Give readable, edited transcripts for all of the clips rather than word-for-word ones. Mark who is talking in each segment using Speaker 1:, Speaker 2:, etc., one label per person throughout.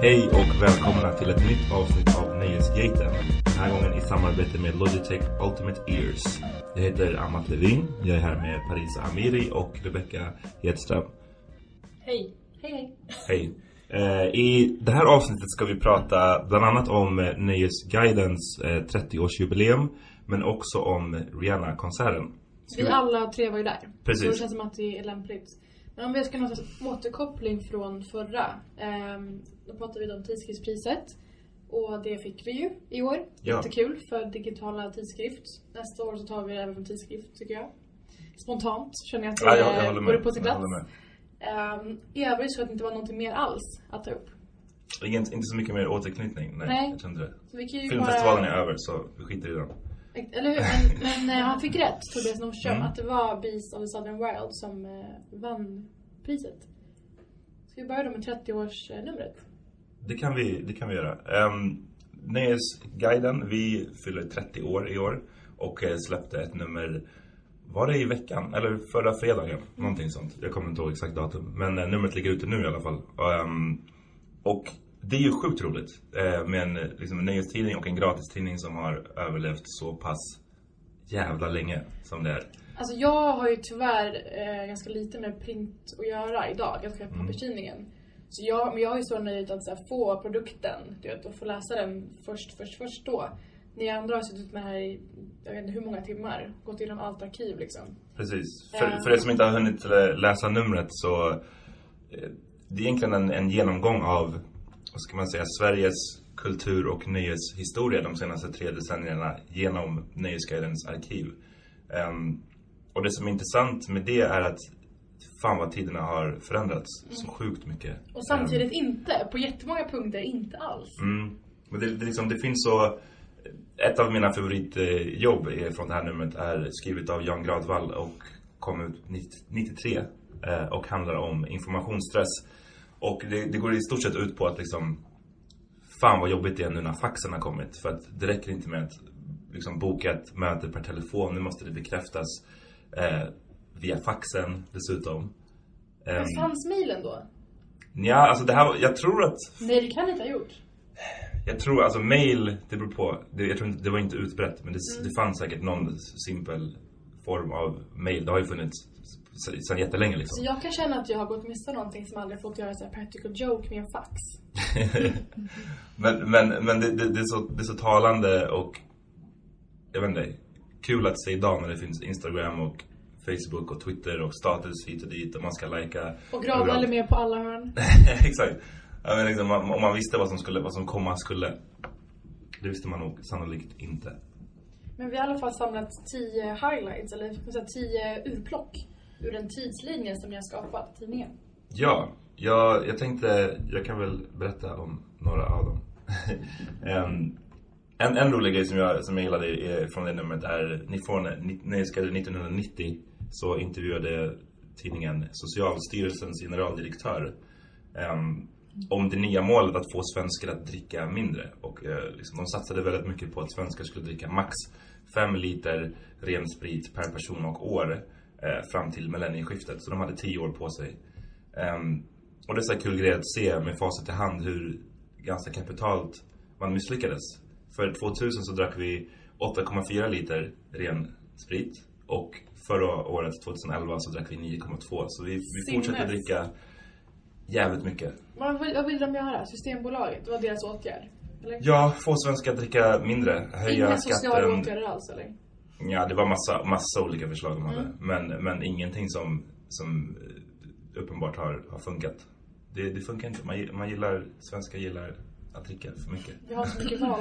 Speaker 1: Hej och välkomna till ett nytt avsnitt av Nöjesgaten. Den här gången i samarbete med Logitech Ultimate Ears. Jag heter Amat Levin, jag är här med Parisa Amiri och Rebecca Hedström.
Speaker 2: Hej, hej,
Speaker 1: hej. I det här avsnittet ska vi prata bland annat om Nöjesguidens 30-årsjubileum, men också om Rihanna-konserten.
Speaker 2: Vi alla tre var ju där.
Speaker 1: Precis.
Speaker 2: Så det känns som att det är lämpligt. Men om vi ska ha en återkoppling från förra. Då pratade vi om tidskriftspriset. Och det fick vi ju i år.
Speaker 1: Ja.
Speaker 2: Jättekul för digitala tidskrift. Nästa år så tar vi det även för tidskrift, tycker jag. Spontant känner jag att det vore på sin plats. I övrigt så att det inte var någonting mer alls att ta upp.
Speaker 1: Inte så mycket mer återknytning. Nej. Jag kände det.
Speaker 2: Så vi kan ju
Speaker 1: Filmfestivalen är över, så vi skiter i den.
Speaker 2: Eller hur? Men han fick rätt, Tobias Norrström, att det var Beast of the Southern Wild som vann priset. Ska vi börja då med 30-årsnumret?
Speaker 1: Det kan vi göra. Nöjesguiden, vi fyller 30 år i år och släppte ett nummer, var det i veckan? Eller förra fredagen? Någonting sånt. Jag kommer inte ihåg exakt datum. Men numret ligger ute nu i alla fall. Och det är ju sjukt roligt med en nöjestidning och en gratistidning som har överlevt så pass jävla länge som det är.
Speaker 2: Alltså jag har ju tyvärr ganska lite med print att göra idag. Jag ska ha papperstidningen. Men jag har ju så nöjd att så här, få produkten, du vet, och få läsa den först då. Ni andra har suttit med här i, jag vet inte hur många timmar, gått igenom allt arkiv liksom.
Speaker 1: Precis. För er som inte har hunnit läsa numret så det är egentligen en genomgång av, vad ska man säga, Sveriges kultur- och nöjeshistoria de senaste 3 decennierna genom Nöjesguidens arkiv. Och det som är intressant med det är att fan vad tiderna har förändrats så sjukt mycket.
Speaker 2: Och samtidigt inte, på jättemånga punkter inte alls.
Speaker 1: Men det finns så. Ett av mina favoritjobb från det här numret är skrivet av Jan Gradvall och kom ut 93 och handlar om informationsstress. Och det går i stort sett ut på att liksom, fan vad jobbigt det är nu när faxen har kommit. För att det räcker inte med att liksom boka ett möte per telefon. Nu måste det bekräftas via faxen dessutom.
Speaker 2: Men fanns mejlen då?
Speaker 1: Ja, alltså det här, jag tror att...
Speaker 2: Nej, det kan inte ha gjort.
Speaker 1: Jag tror, alltså mail, det beror på. Jag tror inte, det var inte utbrett, men det fanns säkert någon simpel form av mail. Det har ju funnits sedan jättelänge liksom.
Speaker 2: Så jag kan känna att jag har gått missa någonting som aldrig fått göra så här practical joke med en fax.
Speaker 1: men det är så talande och jag vet inte, kul att se idag när det finns Instagram och Facebook och Twitter och status hit och dit och man ska lajka.
Speaker 2: Och Gradvall är med på alla hörn.
Speaker 1: Exakt. Ja, men liksom, om man visste vad som komma skulle, det visste man nog sannolikt inte.
Speaker 2: Men vi har i alla fall samlat 10 highlights, eller 10 urplock ur den tidslinjen som ni har skapat, tidningen.
Speaker 1: Ja, jag tänkte, jag kan väl berätta om några av dem. En rolig grej som jag gillade från det numret är, när jag skrev 1990 så intervjuade tidningen Socialstyrelsens generaldirektör om det nya målet att få svenskar att dricka mindre. Och de satsade väldigt mycket på att svenskar skulle dricka max 5 liter ren sprit per person och år fram till millennieskiftet. Så de hade 10 år på sig. Och det är så här kul grej att se med facit i hand hur ganska kapitalt man misslyckades. För 2000 så drack vi 8,4 liter ren sprit. Och förra året, 2011, så drack vi 9,2. Så vi fortsätter dricka jävligt mycket.
Speaker 2: Vad vill de göra? Systembolaget, det var deras åtgärd? Eller?
Speaker 1: Ja, få svenskar att dricka mindre. Höja
Speaker 2: inga
Speaker 1: skatten.
Speaker 2: sociala åtgärder alls, eller?
Speaker 1: Ja, det var massa olika förslag de hade. Men ingenting som uppenbart har funkat. Det funkar inte. Svenskar gillar att dricka för mycket.
Speaker 2: Vi har så mycket val.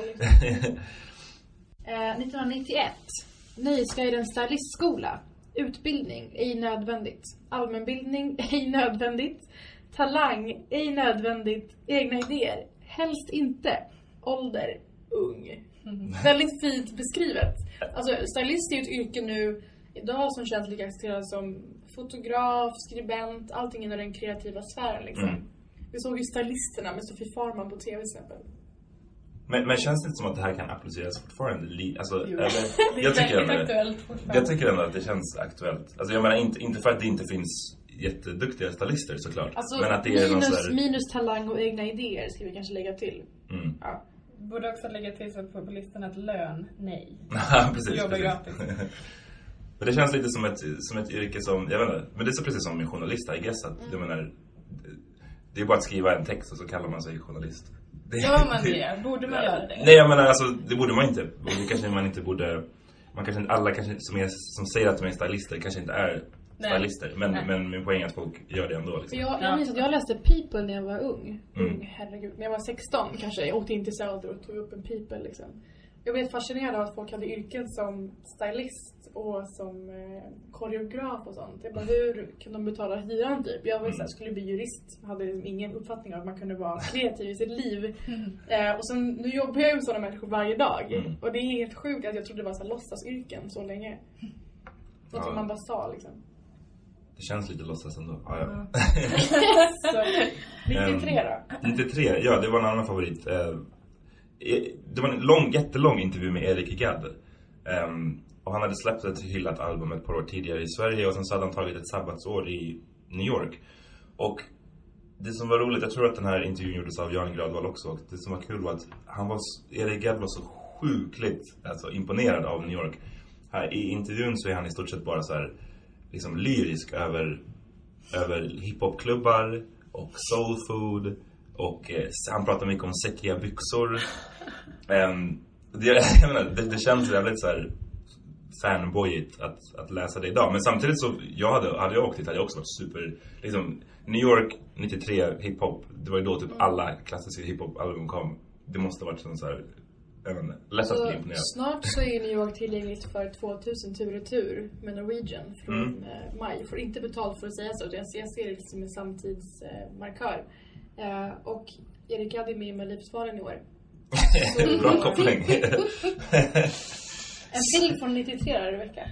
Speaker 2: 1991. Nöjesguidens stylistskola. Utbildning, ej nödvändigt. Allmänbildning, ej nödvändigt. Talang, ej nödvändigt. Egna idéer, helst inte. Ålder, ung. Väldigt fint beskrivet. Alltså stylist är ju ett yrke nu idag som känns lika accepterat som fotograf, skribent, allting inom den kreativa sfären liksom. Vi såg ju stylisterna med Sofie Farman på tv exempel.
Speaker 1: Men känns det inte som att det här kan appliceras fortfarande? Alltså,
Speaker 2: det är aktuellt fortfarande.
Speaker 1: Jag tycker ändå att det känns aktuellt. Alltså jag menar inte för att det inte finns jätteduktiga stylister såklart.
Speaker 2: Alltså
Speaker 1: men att det är
Speaker 2: minus talang och egna idéer ska vi kanske lägga till.
Speaker 3: Ja. Borde också lägga till så på listan att lön, nej.
Speaker 1: Precis.
Speaker 3: Jobba gratis.
Speaker 1: Men det känns lite som ett yrke som, jag vet inte, men det är så precis som en journalist, I guess, att jag menar, det är bara att skriva en text och så kallar man sig journalist.
Speaker 3: Gör man det? Borde man göra det?
Speaker 1: Nej, jag menar alltså, det borde man inte. Och det kanske man inte borde, alla kanske som säger att de är stylister kanske inte är stylister. Men min poäng är att folk gör det ändå liksom.
Speaker 2: Jag minns att jag läste People när jag var ung. Herregud, när jag var 16 kanske. Jag åkte in till Söder och tog upp en People liksom. Jag blev fascinerad av att folk hade yrken som stylist och som koreograf och sånt. Jag bara, hur kan de betala hyran typ? Jag var så här, skulle bli jurist. Hade ingen uppfattning av att man kunde vara kreativ i sitt liv. Och sen, nu jobbar jag med sådana människor varje dag. Och det är helt sjukt att jag trodde det var så här låtsasyrken så länge. Så som man bara sa liksom.
Speaker 1: Det känns lite låtsas ändå. Ja.
Speaker 3: Så, 93 då?
Speaker 1: 93, ja, det var en annan favorit. Det var en jättelång intervju med Erik Gadd. Och han hade släppt ett hyllat album ett par år tidigare i Sverige. Och sen så hade han tagit ett sabbatsår i New York. Och det som var roligt, jag tror att den här intervjun gjordes av Jan Gradvall också. Och det som var kul var att Erik Gadd var så sjukligt imponerad av New York. Här i intervjun så är han i stort sett bara så här liksom lyrisk över hiphopklubbar och soul food. Och han pratar mycket om säckiga byxor. Det känns väldigt så här fanboyigt att läsa det idag. Men samtidigt så hade jag åkt hit, hade jag också varit super liksom, New York 93 hiphop. Det var ju då typ alla klassiska hiphop-album kom. Det måste ha varit sån så här lätt att bli imponerad.
Speaker 2: Snart så är New York tillgängligt för 2000 tur och tur med Norwegian från maj. Jag får inte betalt för att säga så. Jag ser det som en samtidsmarkör. Och Erik Gadd är med i Melodifestivalen i år.
Speaker 1: Bra koppling.
Speaker 2: En till från 93 i veckan.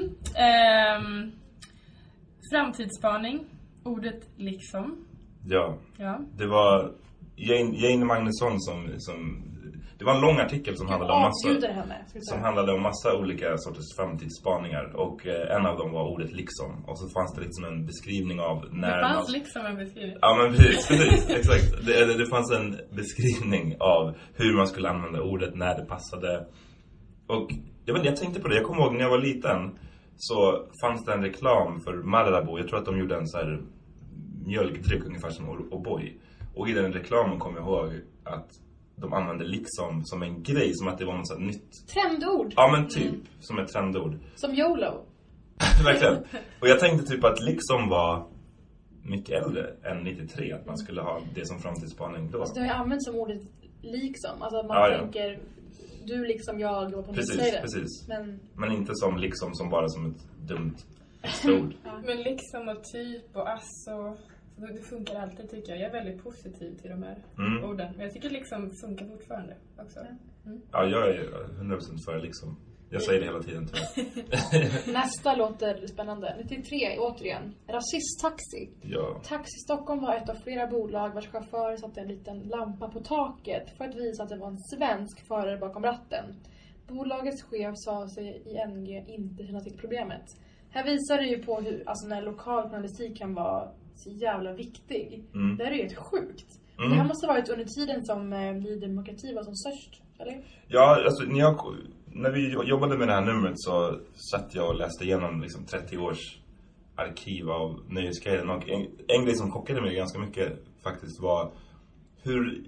Speaker 3: Framtidsspaning. Ordet liksom.
Speaker 1: Ja. Det var Jane Magnusson som det var en lång artikel som handlade om massa olika sorters framtidsspaningar. Och en av dem var ordet liksom. Och så fanns det liksom en beskrivning av när
Speaker 3: det fanns liksom en beskrivning.
Speaker 1: Ja men precis exakt. Det fanns en beskrivning av hur man skulle använda ordet när det passade. Och jag tänkte på det, jag kommer ihåg när jag var liten så fanns det en reklam för Marabou. Jag tror att de gjorde en så här mjölkdryck ungefär som O'boy. Och i den reklamen kommer jag ihåg att de använde liksom som en grej, som att det var något sånt nytt
Speaker 2: trendord.
Speaker 1: Ja men typ, som ett trendord.
Speaker 2: Som YOLO.
Speaker 1: Verkligen. Och jag tänkte typ att liksom var mycket äldre än 93, att man skulle ha det som framtidsspaning då.
Speaker 2: Alltså det har ju använts som ordet liksom. Alltså att man tänker du liksom jag och på något sätt.
Speaker 1: Precis. Men inte som liksom som bara som ett dumt ord.
Speaker 3: Men liksom och typ och alltså. Det funkar alltid tycker jag. Jag är väldigt positiv till de här orden. Men jag tycker liksom funkar fortfarande också.
Speaker 1: Ja, jag är 100% för liksom. Jag säger det hela tiden tyvärr.
Speaker 2: Nästa låter spännande. 93 återigen. Rasisttaxi.
Speaker 1: Ja.
Speaker 2: Taxi Stockholm var ett av flera bolag vars chaufför satte en liten lampa på taket för att visa att det var en svensk förare bakom ratten. Bolagets chef sa sig i NG inte känna till problemet. Här visar det ju på hur när lokal journalistik kan vara så jävla viktig. Det här är ju helt sjukt. Det här måste ha varit under tiden som Ny Demokrati var som störst, eller? Ja,
Speaker 1: alltså när vi jobbade med det här numret så satt jag och läste igenom liksom 30 års arkiv av Nöjesguiden. Och en grej som chockade mig ganska mycket faktiskt var hur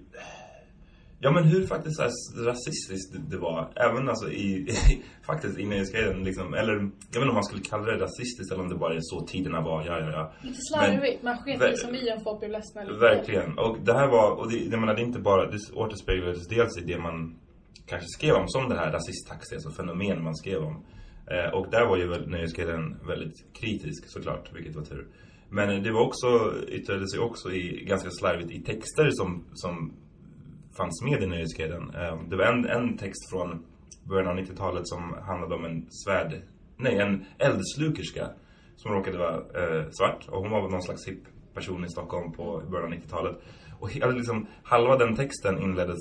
Speaker 1: faktiskt rasistiskt det var. Även alltså faktiskt i Nöjesguiden liksom, eller jag vet inte om man skulle kalla det rasistiskt eller om det bara är så tiderna var. Ja.
Speaker 2: Lite slarvigt, man sket som vi om folk blev ledsna lite.
Speaker 1: Verkligen. Och det här var, och det är inte bara, det återspeglades dels i det man kanske skrev om som det här rasisttaxi, alltså fenomen man skrev om. Och där var ju Nöjesguiden väldigt kritisk såklart, vilket var tur. Men det var också, yttrade sig också i ganska slarvigt i texter som fanns med i Nöjesguiden. Det var en text från början av 90-talet som handlade om en eldslukerska som råkade vara svart. Och hon var någon slags hip person i Stockholm på början av 90-talet. Och liksom, halva den texten inleddes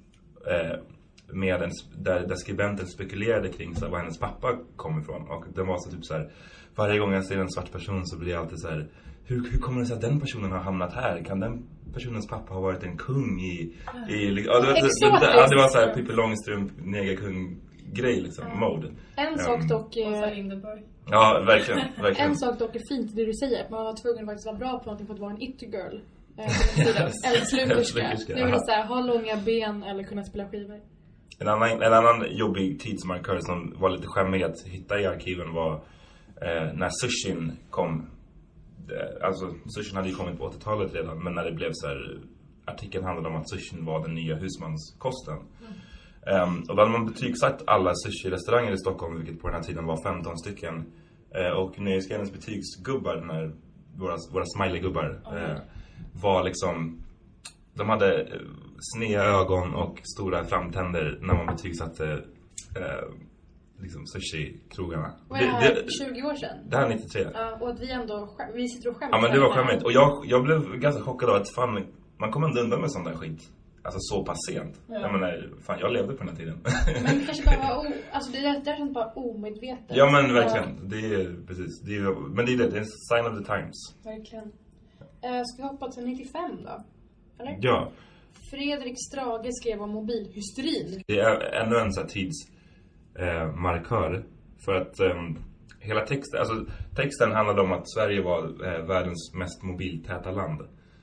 Speaker 1: med där skribenten spekulerade kring så här, var hennes pappa kom ifrån. Och den var så typ så här: varje gång jag ser en svart person så blir jag alltid så här hur kommer det sig att den personen har hamnat här? Kan den personens pappa ha varit en kung det var så här Pippi Långstrump negerkung-grej liksom, mode.
Speaker 2: En sak dock...
Speaker 1: Ja, verkligen.
Speaker 2: En sak dock är fint det du säger. Att man var tvungen att faktiskt vara bra på någonting för att vara en it-girl. Eller sluterska. Nu vill det så här, ha långa ben eller kunna spela skivor.
Speaker 1: En annan jobbig tidsmarkör som var lite skämmig att hitta i arkiven var när sushin kom. Alltså sushin hade ju kommit på 80-talet redan, men när det blev så här, artikeln handlade om att sushin var den nya husmanskosten. Och då hade man betygsatt alla sushi-restauranger i Stockholm, vilket på den här tiden var 15 stycken. Och Nöjesguidens betygsgubbar, den här, våra smiley-gubbar, var liksom, de hade sneda ögon och stora framtänder när man betygsatte liksom sushi-krogarna.
Speaker 2: Vad är det här, 20 år sedan?
Speaker 1: Det här är 93.
Speaker 2: Ja, och att vi sitter och skämtar.
Speaker 1: Ja, men det var skämmigt. Och jag blev ganska chockad av att fan, man kommer inte undan med sån där skit. Alltså så pass sent. Ja. Jag menar, fan, jag levde på den här tiden.
Speaker 2: Men det kanske bara var alltså det känns bara omedvetet.
Speaker 1: Ja, men verkligen. Det är precis. Men det är en sign of the times.
Speaker 2: Verkligen. Ska vi hoppa till 95 då? Eller?
Speaker 1: Ja.
Speaker 2: Fredrik Strage skrev om mobilhysterin.
Speaker 1: Det är ännu en sån här tidsmarkör. För att hela texten handlade om att Sverige var världens mest mobiltäta land.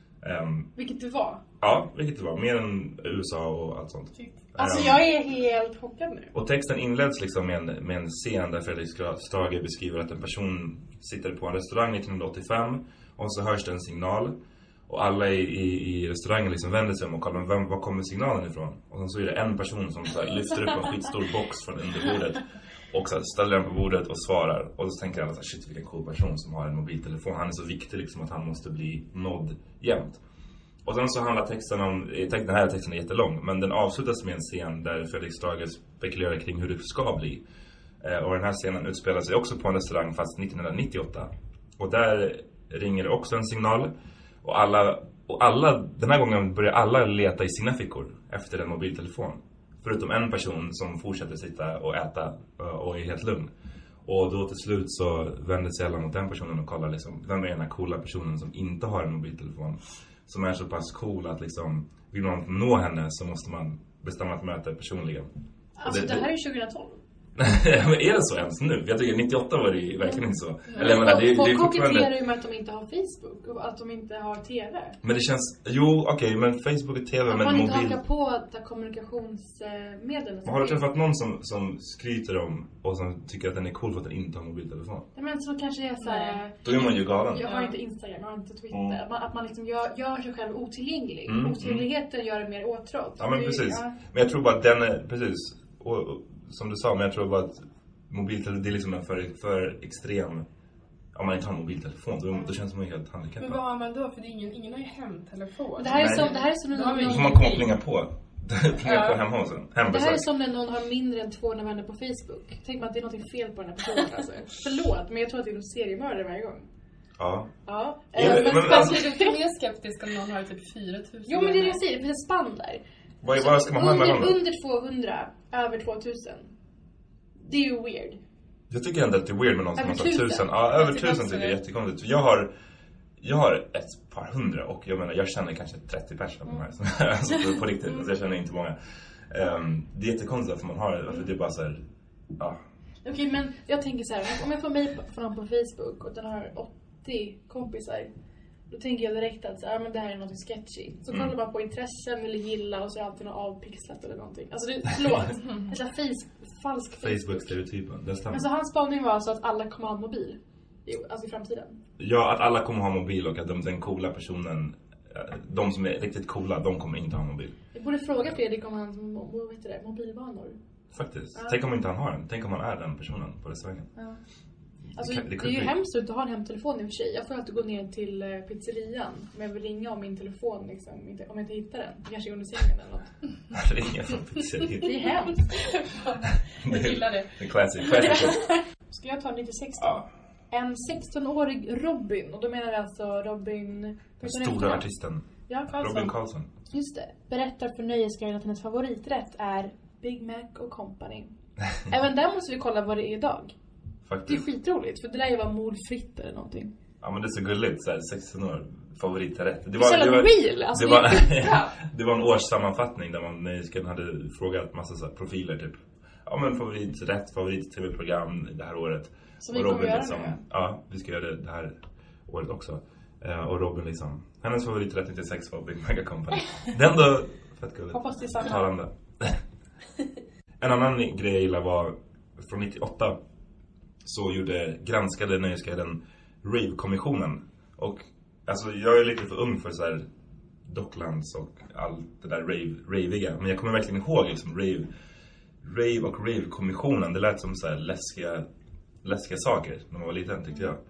Speaker 2: Vilket det var.
Speaker 1: Ja, vilket det var. Mer än USA och allt sånt.
Speaker 2: Alltså jag är helt chockad nu.
Speaker 1: Och texten inleds liksom med en scen där Fredrik Strage beskriver att en person sitter på en restaurang 1985 och så hörs det en signal. Och alla i restaurangen liksom vänder sig om och kollar var kommer signalen ifrån. Och sen så är det en person som så här, lyfter upp en skitstor box från underbordet och så här, ställer den på bordet och svarar. Och så tänker alla så här, shit vilken cool person som har en mobiltelefon. Han är så viktig liksom att han måste bli nådd jämt. Och sen så handlar texten om, den här texten är jättelång, men den avslutas med en scen där Fredrik Strage spekulerar kring hur det ska bli. Och den här scenen utspelar sig också på en restaurang fast 1998. Och där ringer det också en signal. Och alla, den här gången börjar alla leta i sina fickor efter en mobiltelefon. Förutom en person som fortsätter sitta och äta och är helt lugn. Och då till slut så vänder sig alla mot den personen och kollar liksom, vem är den här coola personen som inte har en mobiltelefon. Som är så pass cool att liksom, vill man nå henne så måste man bestämma ett möte personligen.
Speaker 2: Alltså det här är 2012.
Speaker 1: Men är det så ens nu? Jag tycker 98 var det ju verkligen inte så.
Speaker 2: Eller jag menar, folk koketterar ju med att de inte har Facebook och att de inte har TV.
Speaker 1: Men det känns, okej, men Facebook och TV, men mobil.
Speaker 2: Att man inte hakar på kommunikationsmedel.
Speaker 1: Har du träffat någon som skryter om och som tycker att den är cool för att den inte har mobiltelefon?
Speaker 2: Ja, men så kanske är så här.
Speaker 1: Då är man ju galen.
Speaker 2: Jag har inte Instagram, jag har inte Twitter. Att man liksom gör sig själv otillgänglig. Otillgängligheten gör det mer åtrått.
Speaker 1: Ja, men precis. Men jag tror bara att den är, precis. Och som du sa, men jag tror bara att mobiltelefon, det är liksom en för extrem. Om man inte har mobiltelefon, då känns man ju helt handikappad.
Speaker 3: Men vad har man då? För det är ingen har ju hemtelefon.
Speaker 2: Det här är som
Speaker 1: då får man komma och plinga på. Plinga på hemma hos en.
Speaker 2: Det här är som när någon har mindre än 200 vänner på Facebook. Tänk man att det är något fel på den här personen. Alltså. Förlåt, men jag tror att det är någon seriemördare varje gång.
Speaker 1: Ja.
Speaker 3: Men du är mer skeptisk om någon har typ 4000.
Speaker 2: Jo, men det är det jag säger. Det finns ett spann där.
Speaker 1: Vad ska man ha mellan
Speaker 2: under 200, över 2000. Det är ju weird.
Speaker 1: Jag tycker ändå att det är weird med någon som har 1000. Ja, över 1000 tycker jag är jättekonstigt. Jag har ett par hundra och jag menar, jag känner kanske 30 personer av de här. Alltså på riktigt, alltså, jag känner inte många. Det är jättekonstigt att man har det, för det är bara så här, ja.
Speaker 2: Okej, men jag tänker så här, om jag får mig från någon på Facebook och den har 80 kompisar. Då tänker jag direkt att men det här är något sketchy. Så kollar man på intressen eller gilla och så är alltid något avpixlat eller någonting. Alltså förlåt. Falsk
Speaker 1: Facebook-stereotypen.
Speaker 2: Men så hans spaning var alltså att alla kommer ha en mobil. Alltså i framtiden.
Speaker 1: Ja, att alla kommer ha mobil och att den coola personen, de som är riktigt coola, de kommer inte ha mobil.
Speaker 2: Jag borde fråga Fredrik om hans mobilvanor.
Speaker 1: Faktiskt. Tänk om inte han har den. Tänk om han är den personen på restaurangen.
Speaker 2: Ja. Alltså, det är ju hemskt att inte ha en hemtelefon i och för sig. Jag får alltid gå ner till pizzerian om jag vill ringa om min telefon liksom, om jag inte hittar den. Kanske under sängen eller något.
Speaker 1: Ringa från pizzerian.
Speaker 2: Det är hemskt.
Speaker 3: Jag gillar det.
Speaker 1: Det är classic.
Speaker 2: Ska jag ta 96 då?
Speaker 1: Ja.
Speaker 2: En 16-årig Robin. Och då menar vi alltså Robin...
Speaker 1: Den stora artisten.
Speaker 2: Ja, Karlsson.
Speaker 1: Robin Karlsson.
Speaker 2: Just det. Berättar för Nöjesguiden att hennes favoriträtt är Big Mac och Company. Även där måste vi kolla vad det är idag.
Speaker 1: Faktiskt.
Speaker 2: Det är skitroligt, för det där är ju bara mordfritt eller någonting.
Speaker 1: Ja, men det är så gulligt, så här, 16 år, favoriträtt.
Speaker 2: Det var alltså,
Speaker 1: det var en årssammanfattning där man hade frågat massa så här profiler typ. Ja, men favoriträtt, favorit-tv-program det här året.
Speaker 2: Så vi kommer göra
Speaker 1: liksom, ja, vi ska göra det här året också. Och Robin liksom, hennes favoriträtt 96 var Big Mega Company. Den då, fett gulligt.
Speaker 2: Hoppas det är samma.
Speaker 1: En annan grej jag gillar var från 98 så granskade Nöjesguiden Rave-kommissionen. Och alltså jag är lite för ung för så här Docklands och allt det där raviga. Men jag kommer verkligen ihåg liksom Rave och Rave-kommissionen. Det lät som så här läskiga saker när man var liten, tyckte jag.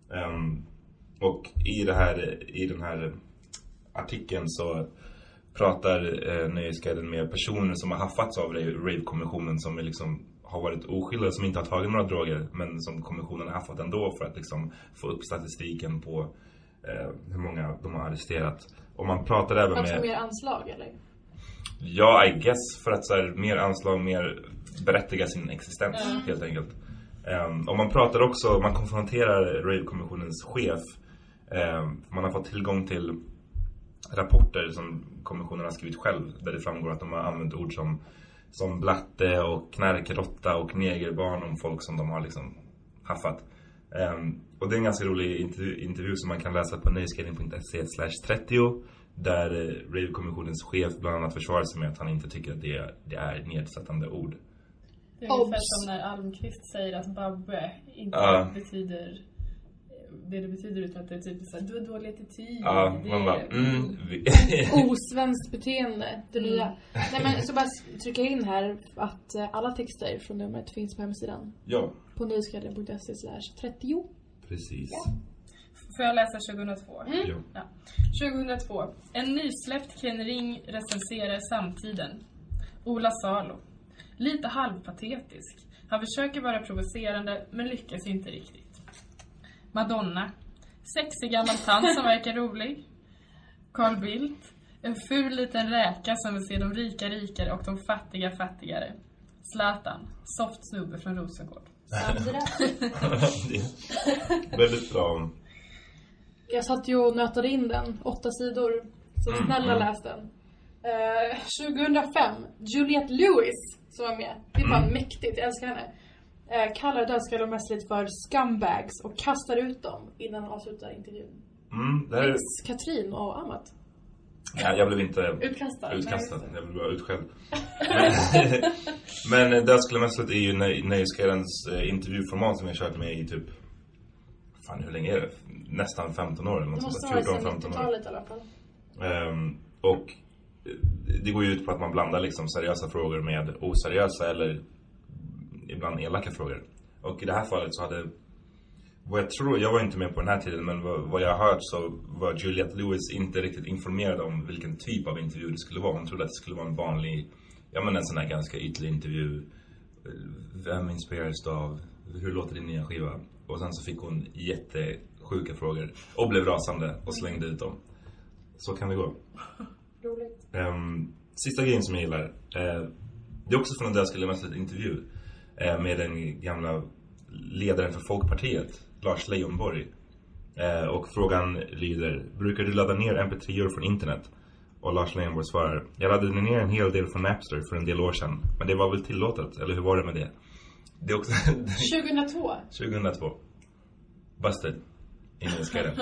Speaker 1: Och i den här artikeln så pratar Nöjesguiden med personer som har haffats av Rave-kommissionen, som är liksom har varit oskyldiga, som inte har tagit några droger, men som kommissionen har haft ändå för att liksom få upp statistiken på hur många de har arresterat. Och man pratar även med...
Speaker 2: För mer anslag, eller?
Speaker 1: Ja, I guess. För att så här, mer anslag, mer berättiga sin existens, helt enkelt. Och man pratar också, man konfronterar Rave-kommissionens chef. Man har fått tillgång till rapporter som kommissionen har skrivit själv, där det framgår att de har använt ord som blatte och knarkrotta och negerbarn om folk som de har liksom haffat. Och det är en ganska rolig intervju som man kan läsa på nöjesguiden.se/30, där Rave-kommissionens chef bland annat försvarar sig med att han inte tycker att det är nedsättande ord.
Speaker 3: Det är ungefär som när Almqvist säger att babbe inte betyder det betyder, utan att det är typ så här, du har dålig attityd.
Speaker 1: Ja, man bara,
Speaker 2: osvenskt beteende, det nya. Nej, men så bara trycka in här att alla texter från numret finns på hemsidan.
Speaker 1: Ja.
Speaker 2: På nöjesguiden.se/30.
Speaker 1: Precis.
Speaker 2: Ja.
Speaker 3: Får jag läsa 2002? Ja. 2002. En nysläppt Ken Ring recenserar samtiden. Ola Salo. Lite halvpatetisk. Han försöker vara provocerande men lyckas inte riktigt. Madonna. Sexig gammal tant som verkar rolig. Carl Bildt. En ful liten räka som vill se de rika rikare och de fattiga fattigare. Zlatan. Soft snubbe från Rosengård.
Speaker 1: Väldigt bra.
Speaker 2: Jag satt ju och nötade in den. 8 sidor. Så snälla läs den. 2005. Juliette Lewis som var med. Det är bara mäktigt, jag älskar henne. Kallar dödskallar mest lite för scumbags och kastar ut dem innan han avslutar intervjun.
Speaker 1: Det här är...
Speaker 2: Katrin och Amat.
Speaker 1: Ja, jag blev inte
Speaker 2: utkastad.
Speaker 1: Jag blev bara utskälld. Men dödskallar mest är ju Nöjesguidens intervjuformat som jag kört med i typ... Fan, hur länge är det? Nästan 15 år eller något.
Speaker 2: Det måste vara 90-talet i alla fall.
Speaker 1: Och det går ju ut på att man blandar liksom seriösa frågor med oseriösa eller ibland elaka frågor. Och i det här fallet så hade, vad jag tror, jag var inte med på den här tiden, men vad jag har hört så var Juliette Lewis inte riktigt informerad om vilken typ av intervju det skulle vara. Hon trodde att det skulle vara en vanlig, en sån här ganska ytlig intervju. Vem inspireras av? Hur låter din nya skiva? Och sen så fick hon jättesjuka frågor och blev rasande och slängde ut dem. Så kan det gå.
Speaker 2: Roligt.
Speaker 1: Sista grejen som jag gillar, det är också från en dödskallar intervju med den gamla ledaren för Folkpartiet, Lars Leijonborg. Och frågan lyder: brukar du ladda ner mp3-or från internet? Och Lars Leijonborg svarar: jag laddade ner en hel del från Napster för en del år sedan, men det var väl tillåtet, eller hur var det med det? Det är också 2002. Busted. Nöjesguiden.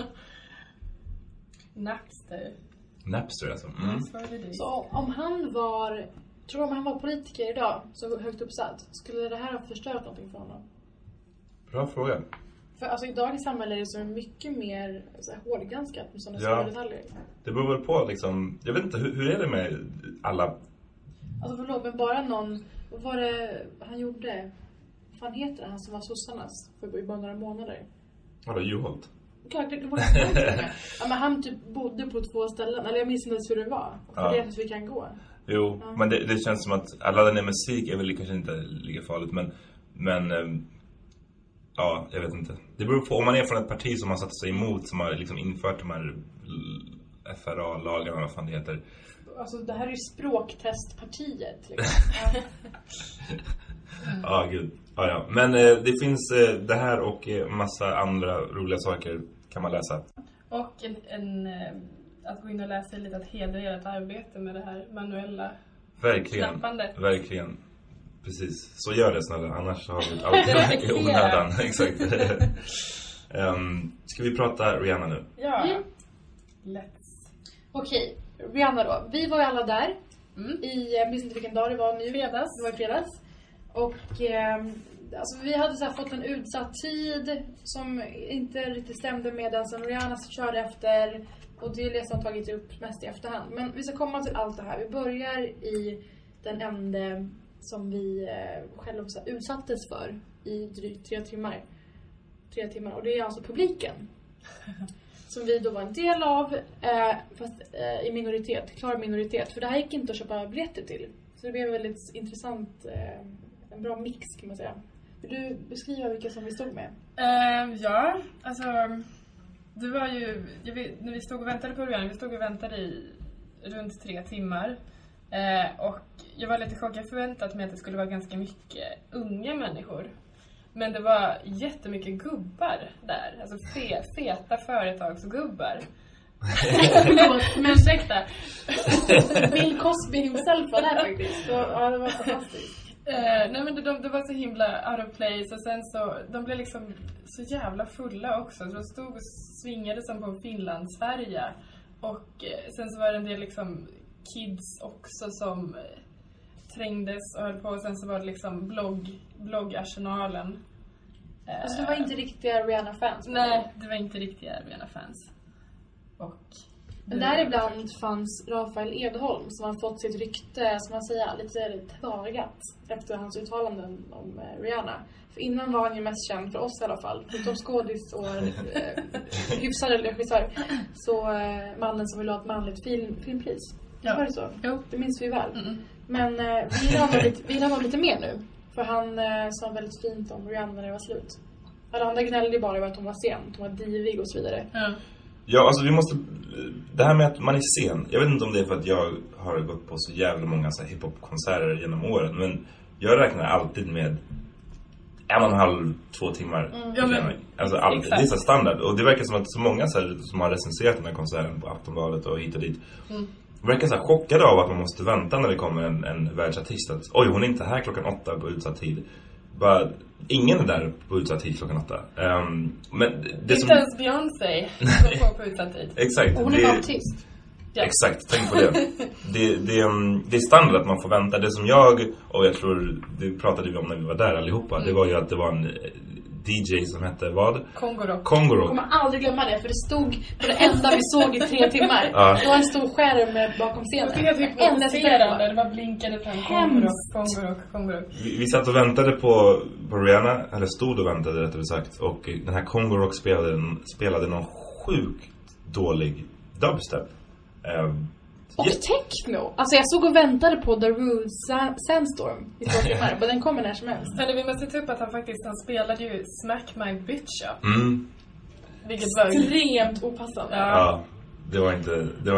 Speaker 1: Napster alltså.
Speaker 2: Så om han var politiker idag, så högt uppsatt, skulle det här ha förstört någonting för honom?
Speaker 1: Bra fråga.
Speaker 2: För alltså i dagens samhälle är det så mycket mer hårdgranskat med sådana stora detaljer.
Speaker 1: Det beror väl på liksom, jag vet inte, hur är det med alla...
Speaker 2: Alltså förlåt, men bara någon, vad var det han gjorde? Vad fan heter det? Han som var sossarnas för bara några månader.
Speaker 1: Vadå, Juholt?
Speaker 2: Klart, det var det. Ja, men han typ bodde på 2 ställen. Eller jag minns inte ens hur det var. För det är att vi kan gå.
Speaker 1: Jo, men det känns som att alla den där musik är väl kanske inte lika farligt. Men ja, jag vet inte. Det beror på, om man är från ett parti som har satt sig emot, som har liksom infört de här FRA-lagarna, vad fan det heter.
Speaker 2: Alltså det här är ju språktestpartiet liksom.
Speaker 1: Ja, gud. Ja. Men det finns det här och massa andra roliga saker kan man läsa.
Speaker 3: Och att gå in och läsa lite, att hedra ert arbete med det här manuella knappandet.
Speaker 1: Verkligen. Precis, så gör det snälla, annars har vi allt i onödan. Exakt. Ska vi prata Rihanna nu?
Speaker 3: Ja, let's.
Speaker 2: Okej, Rihanna då. Vi var ju alla där. Jag minns inte vilken dag det var nu.
Speaker 3: Fredags.
Speaker 2: Det var i fredags. Och alltså, vi hade så här fått en utsatt tid som inte riktigt stämde med den som Rihanna körde efter. Och det är det som har tagit upp mest i efterhand. Men vi ska komma till allt det här. Vi börjar i den ände som vi själva utsattes för i drygt 3 timmar. 3 timmar. Och det är alltså publiken. Som vi då var en del av. Fast i minoritet. Klar minoritet. För det här gick inte att köpa biljetter till. Så det blev väldigt intressant. En bra mix kan man säga. Vill du beskriva vilka som vi stod med?
Speaker 3: Ja, alltså... Det var ju... när vi stod och väntade på Rihanna. Vi stod och väntade i runt 3 timmar. Och jag var lite chockad. Jag förväntat mig att det skulle vara ganska mycket unga människor. Men det var jättemycket gubbar där. Alltså feta företagsgubbar. Men ursäkta.
Speaker 2: Bill Cosby himself var där faktiskt. Så, ja, det var fantastiskt.
Speaker 3: Nej men det var så himla out of place. Och sen så, de blev liksom så jävla fulla också. Så de stod och svingade som på Finlandsfärja. Och sen så var det en del liksom kids också som trängdes och höll på. Och sen så var det liksom bloggarsenalen.
Speaker 2: Alltså det var inte riktiga Rihanna-fans?
Speaker 3: Nej, det var inte riktiga Rihanna-fans.
Speaker 2: Men där ibland fanns Rafael Edholm som har fått sitt rykte, som man säger, lite tvagat efter hans uttalanden om Rihanna. För innan var han ju mest känd, för oss i alla fall, förutom skådis och hyfsad regissör, så mannen som ville ha ett manligt filmpris. Ja. Var det så? Jo. Det minns vi väl. Men vi vill ha lite mer nu. För han sa väldigt fint om Rihanna när det var slut. Alla andra gnällde bara över att hon var sen, att hon var divig och så vidare.
Speaker 1: Ja, alltså vi måste... Det här med att man är sen. Jag vet inte om det är för att jag har gått på så jävla många så här hiphop-konserter genom åren. Men jag räknar alltid med 1,5-2 timmar. Alltså alltid. Det är så standard. Och det verkar som att så många så här, som har recenserat den här konserten på Aftonbladet och hit och dit. Verkar så här chockade av att man måste vänta när det kommer en världsartist. Att, oj, hon är inte här klockan 8 på utsatt tid. Bara, ingen är där på utsatt tid klockan 8. Men det
Speaker 3: inte ens Beyoncé på utsatt tid.
Speaker 1: Exakt.
Speaker 2: Och hon är bara tyst.
Speaker 1: Ja. Exakt, tänk på det. Det är standard att man får vänta. Det som jag, och jag tror det pratade vi om när vi var där allihopa, det var ju att det var en DJ som hette vad?
Speaker 3: Kongorock.
Speaker 2: Jag kommer aldrig glömma det, för det stod på det enda vi såg i 3 timmar.
Speaker 1: Ja.
Speaker 2: Det var en stor skärm bakom scenen.
Speaker 3: Det var det var blinkade fram Kongorock.
Speaker 1: Vi satt och väntade på Rihanna, eller stod och väntade rättare sagt, och den här Kongorock spelade någon sjukt dålig dubstep.
Speaker 2: Och techno. Alltså jag såg och väntade på The Rude Sandstorm i 2 timmar, men den kommer när som helst.
Speaker 3: Men vi måste ta upp att han spelade ju Smack My Bitch Up. Vilket
Speaker 2: var extremt opassande.
Speaker 1: Ja, det var inte
Speaker 3: det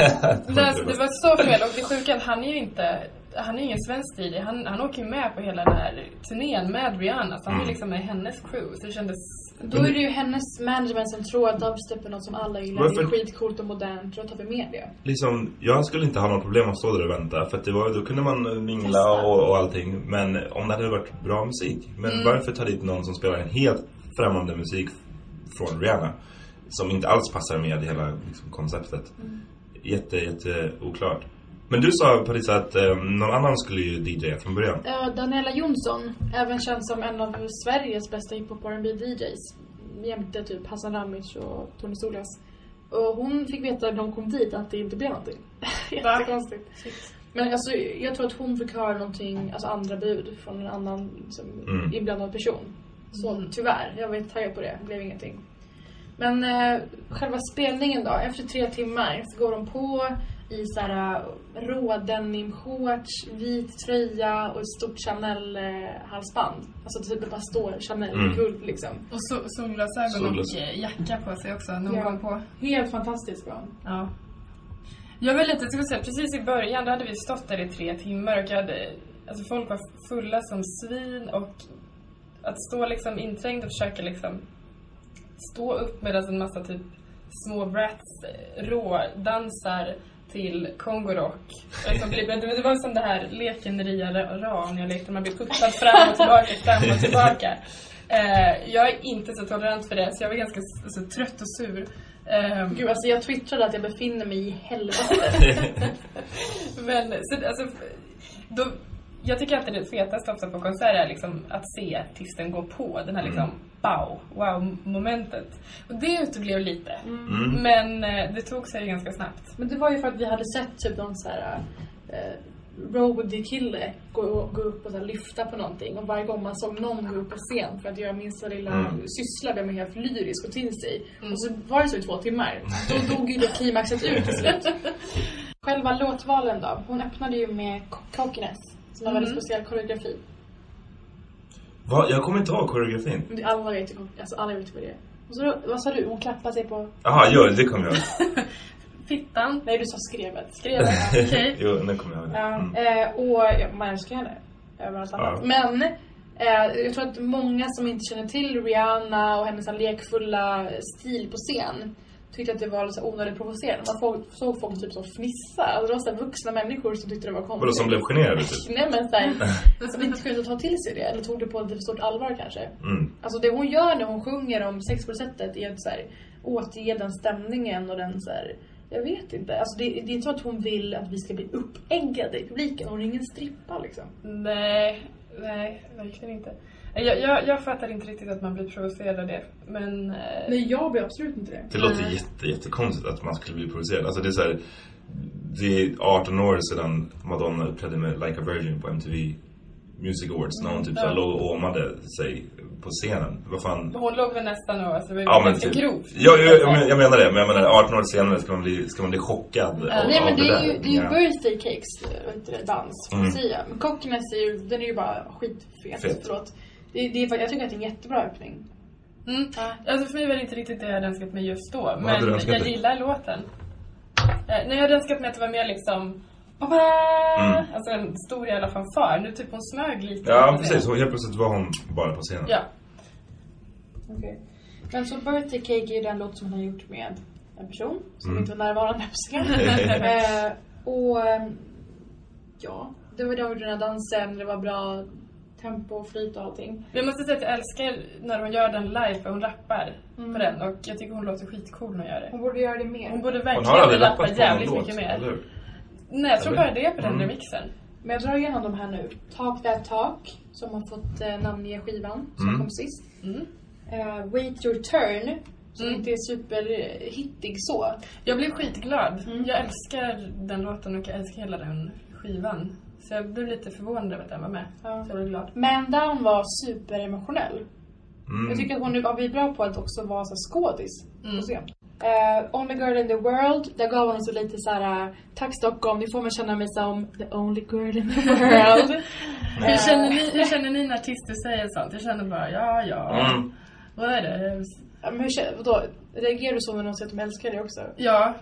Speaker 3: var så fel. Och det sjuka, han är ju ingen svensk DJ. Han åker ju med på hela den här turnén med Rihanna. Så han är liksom med hennes crew. Så det kändes...
Speaker 2: Då är det ju hennes management som tror att dubstep är något som alla gillar. Det är skitcoolt och modernt. Tror att vi med det.
Speaker 1: Liksom, jag skulle inte ha något problem att stå där och vänta. För att då kunde man mingla och allting. Men om det hade varit bra musik. Men varför ta dit någon som spelar en helt främmande musik från Rihanna? Som inte alls passar med hela liksom, konceptet. Jätte oklart. Men du sa Parisa att någon annan skulle ju DJa från början.
Speaker 2: Daniela Jonsson, även känd som en av Sveriges bästa hiphop R&B DJs. Jämte typ Hassan Ramic och Tony Solias. Och hon fick veta när hon kom dit att det inte blev någonting. Jättekonstigt. Men alltså, jag tror att hon fick höra någonting, alltså andra bud från en annan liksom, inblandad person. Så tyvärr, jag var inte taggad på det. Det blev ingenting. Men själva spelningen då, efter 3 timmar så går de på i såhär rå denim-shorts, vit tröja och ett stort Chanel-halsband. Alltså det bara står Chanel-guld liksom.
Speaker 3: Och solglasögon och jacka på sig också någon gång på.
Speaker 2: Helt fantastiskt bra.
Speaker 3: Ja. Jag vill lite, ska säga, precis i början då hade vi stått där i 3 timmar och alltså folk var fulla som svin och att stå liksom inträngd och försöka liksom stå upp medan en massa typ små brats rådansar till Kongorock. Det var som det här leken Ria Ran jag lekte. Man blir puttad fram och tillbaka. Jag är inte så tolerant för det, så jag var ganska så trött och sur.
Speaker 2: Gud, alltså jag twittrade att jag befinner mig i helvete.
Speaker 3: Men så, alltså, jag tycker att det fetaste ofta på konserter är liksom att se artisten gå på den här liksom wow-momentet. Och det uteblev lite. Men det tog sig ganska snabbt.
Speaker 2: Men det var ju för att vi hade sett typ någon så här roadie-kille gå upp och så här, lyfta på någonting. Och varje gång man såg någon gå upp på scen för att göra minsta lilla syssla blev man helt lyrisk och till sig. Och så var det så i 2 timmar. Då dog ju då klimaxet ut till slut. Själva låtvalen då. Hon öppnade ju med Cockness. Som har väldigt speciell koreografi.
Speaker 1: Va? Jag kommer inte ihåg koreografin.
Speaker 2: Alla vet vad det är. Och så, vad sa du? Hon klappade sig på...
Speaker 1: Jaha, det kommer jag ihåg.
Speaker 3: Fittan.
Speaker 2: Nej, du sa skrevet.
Speaker 3: Okej. Okay.
Speaker 1: Jo, det kommer jag ihåg.
Speaker 2: Och man älskar henne. Överallt annat. Men jag tror att många som inte känner till Rihanna och hennes lekfulla stil på scen tyckte att det var så onödigt provocerande. Man såg folk typ som fnissa. Alltså det var så vuxna människor som tyckte det var konstigt.
Speaker 1: Eller som blev generade typ.
Speaker 2: Nej, men så här, som inte kunde ta till sig det. Eller tog det på lite för stort allvar kanske. Alltså det hon gör när hon sjunger om sexprocesset är att så här, återge den stämningen och den så här, jag vet inte. Alltså det är inte så att hon vill att vi ska bli uppeggade i publiken. Hon är ingen strippa liksom.
Speaker 3: Nej, verkligen inte. Jag fattar inte riktigt att man blir provocerad av det. Men...
Speaker 2: Nej, jag blir absolut inte det.
Speaker 1: Det låter jättekonstigt att man skulle bli provocerad. Alltså det är så här, det är 18 år sedan Madonna uppträdde med Like a Virgin på MTV Music Awards. När hon typ så här låg och åmade sig på scenen. Vad fan?
Speaker 3: Hon låg väl nästan och alltså, det var ganska grovt.
Speaker 1: Jag menar det. Men jag menar 18 år senare ska man bli chockad av
Speaker 2: nej, men det är ju birthday cakes dans. Men Cockness är ju, den är ju bara skitfet. Förlåt. Jag tycker att det är en jättebra öppning.
Speaker 3: Alltså för mig var det inte riktigt det jag hade önskat mig just då. Men jag gillar låten. Jag hade önskat mig att det var mer liksom alltså en stor jävla fanfar. Nu typ hon smög lite.
Speaker 1: Ja, precis. Helt plötsligt var hon bara på scenen.
Speaker 3: Ja.
Speaker 2: Okej. Men så Birthday Cake är ju den låt som hon har gjort med en person som inte var närvarande på scenen. Och ja, det var den här dansen, det var bra tempo, flyt och allting.
Speaker 3: Jag måste säga att jag älskar när hon gör den live, för hon rappar på den. Och jag tycker hon låter skitcool när hon gör det.
Speaker 2: Hon borde göra det mer.
Speaker 3: Hon borde verkligen rappa jävligt mycket mer. Eller? Nej, jag tror bara det på den remixen.
Speaker 2: Men jag drar igenom de här nu. Talk That Talk, som har fått namnge skivan, som kom sist. Wait Your Turn, som inte är superhittig så.
Speaker 3: Jag blev skitglad. Jag älskar den låten och jag älskar hela den skivan. Så jag blev lite förvånad över att den var med. Så jag blev glad.
Speaker 2: Man Down var superemotionell. Jag tycker att hon nu har blivit bra på att också vara så skådis på scen. Only Girl in the World, där gav hon så lite så här: tack Stockholm, nu får man känna mig som the only girl in the world.
Speaker 3: Hur känner ni när artister säger sånt? Jag känner bara, ja. Vad är det?
Speaker 2: Ja, men vadå? Reagerar du så när någon säger att de älskar dig också?
Speaker 3: Ja.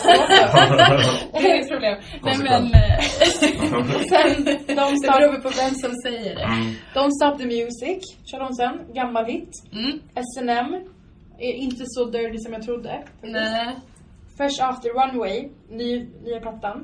Speaker 3: Det är inget problem. Nej, men...
Speaker 2: sen,
Speaker 3: det beror på vem som säger det.
Speaker 2: Don't Stop the Music kör de sen, gammal hit. S&M är inte så dirty som jag trodde.
Speaker 3: Nej.
Speaker 2: Fresh Off the Runway, nya plattan.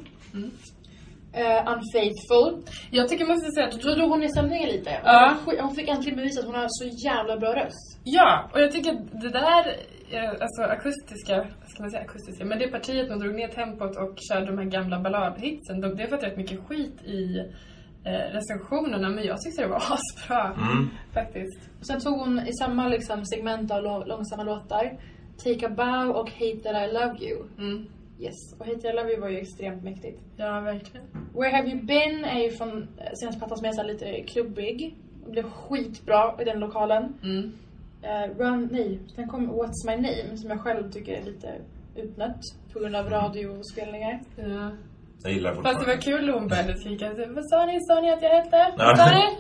Speaker 2: Unfaithful.
Speaker 3: Jag tycker man ska säga att
Speaker 2: då drog hon nästan ner lite. Hon fick äntligen bevisa att hon har så jävla bra röst.
Speaker 3: Ja, och jag tycker att det där alltså akustiska, ska man säga akustiska, men det partiet hon drog ner tempot och körde de här gamla balladhitsen, det har fått rätt mycket skit i recensionerna, men jag tyckte det var asbra faktiskt.
Speaker 2: Och sen tog hon i samma liksom segment av långsamma låtar Take a Bow och Hate That I Love You. Yes, och Hate That I Love You var ju extremt mäktigt.
Speaker 3: Ja, verkligen.
Speaker 2: Where Have You Been är ju från senaste plattan som är så lite klubbig. Och blev skitbra i den lokalen. Sen kom What's My Name, som jag själv tycker är lite utnött på grund av radiospelningar.
Speaker 3: Ja.
Speaker 1: Jag gillar fortfarande.
Speaker 3: Fast det var kul hon började skrika. Vad sa ni att jag hette? Vad sa ni?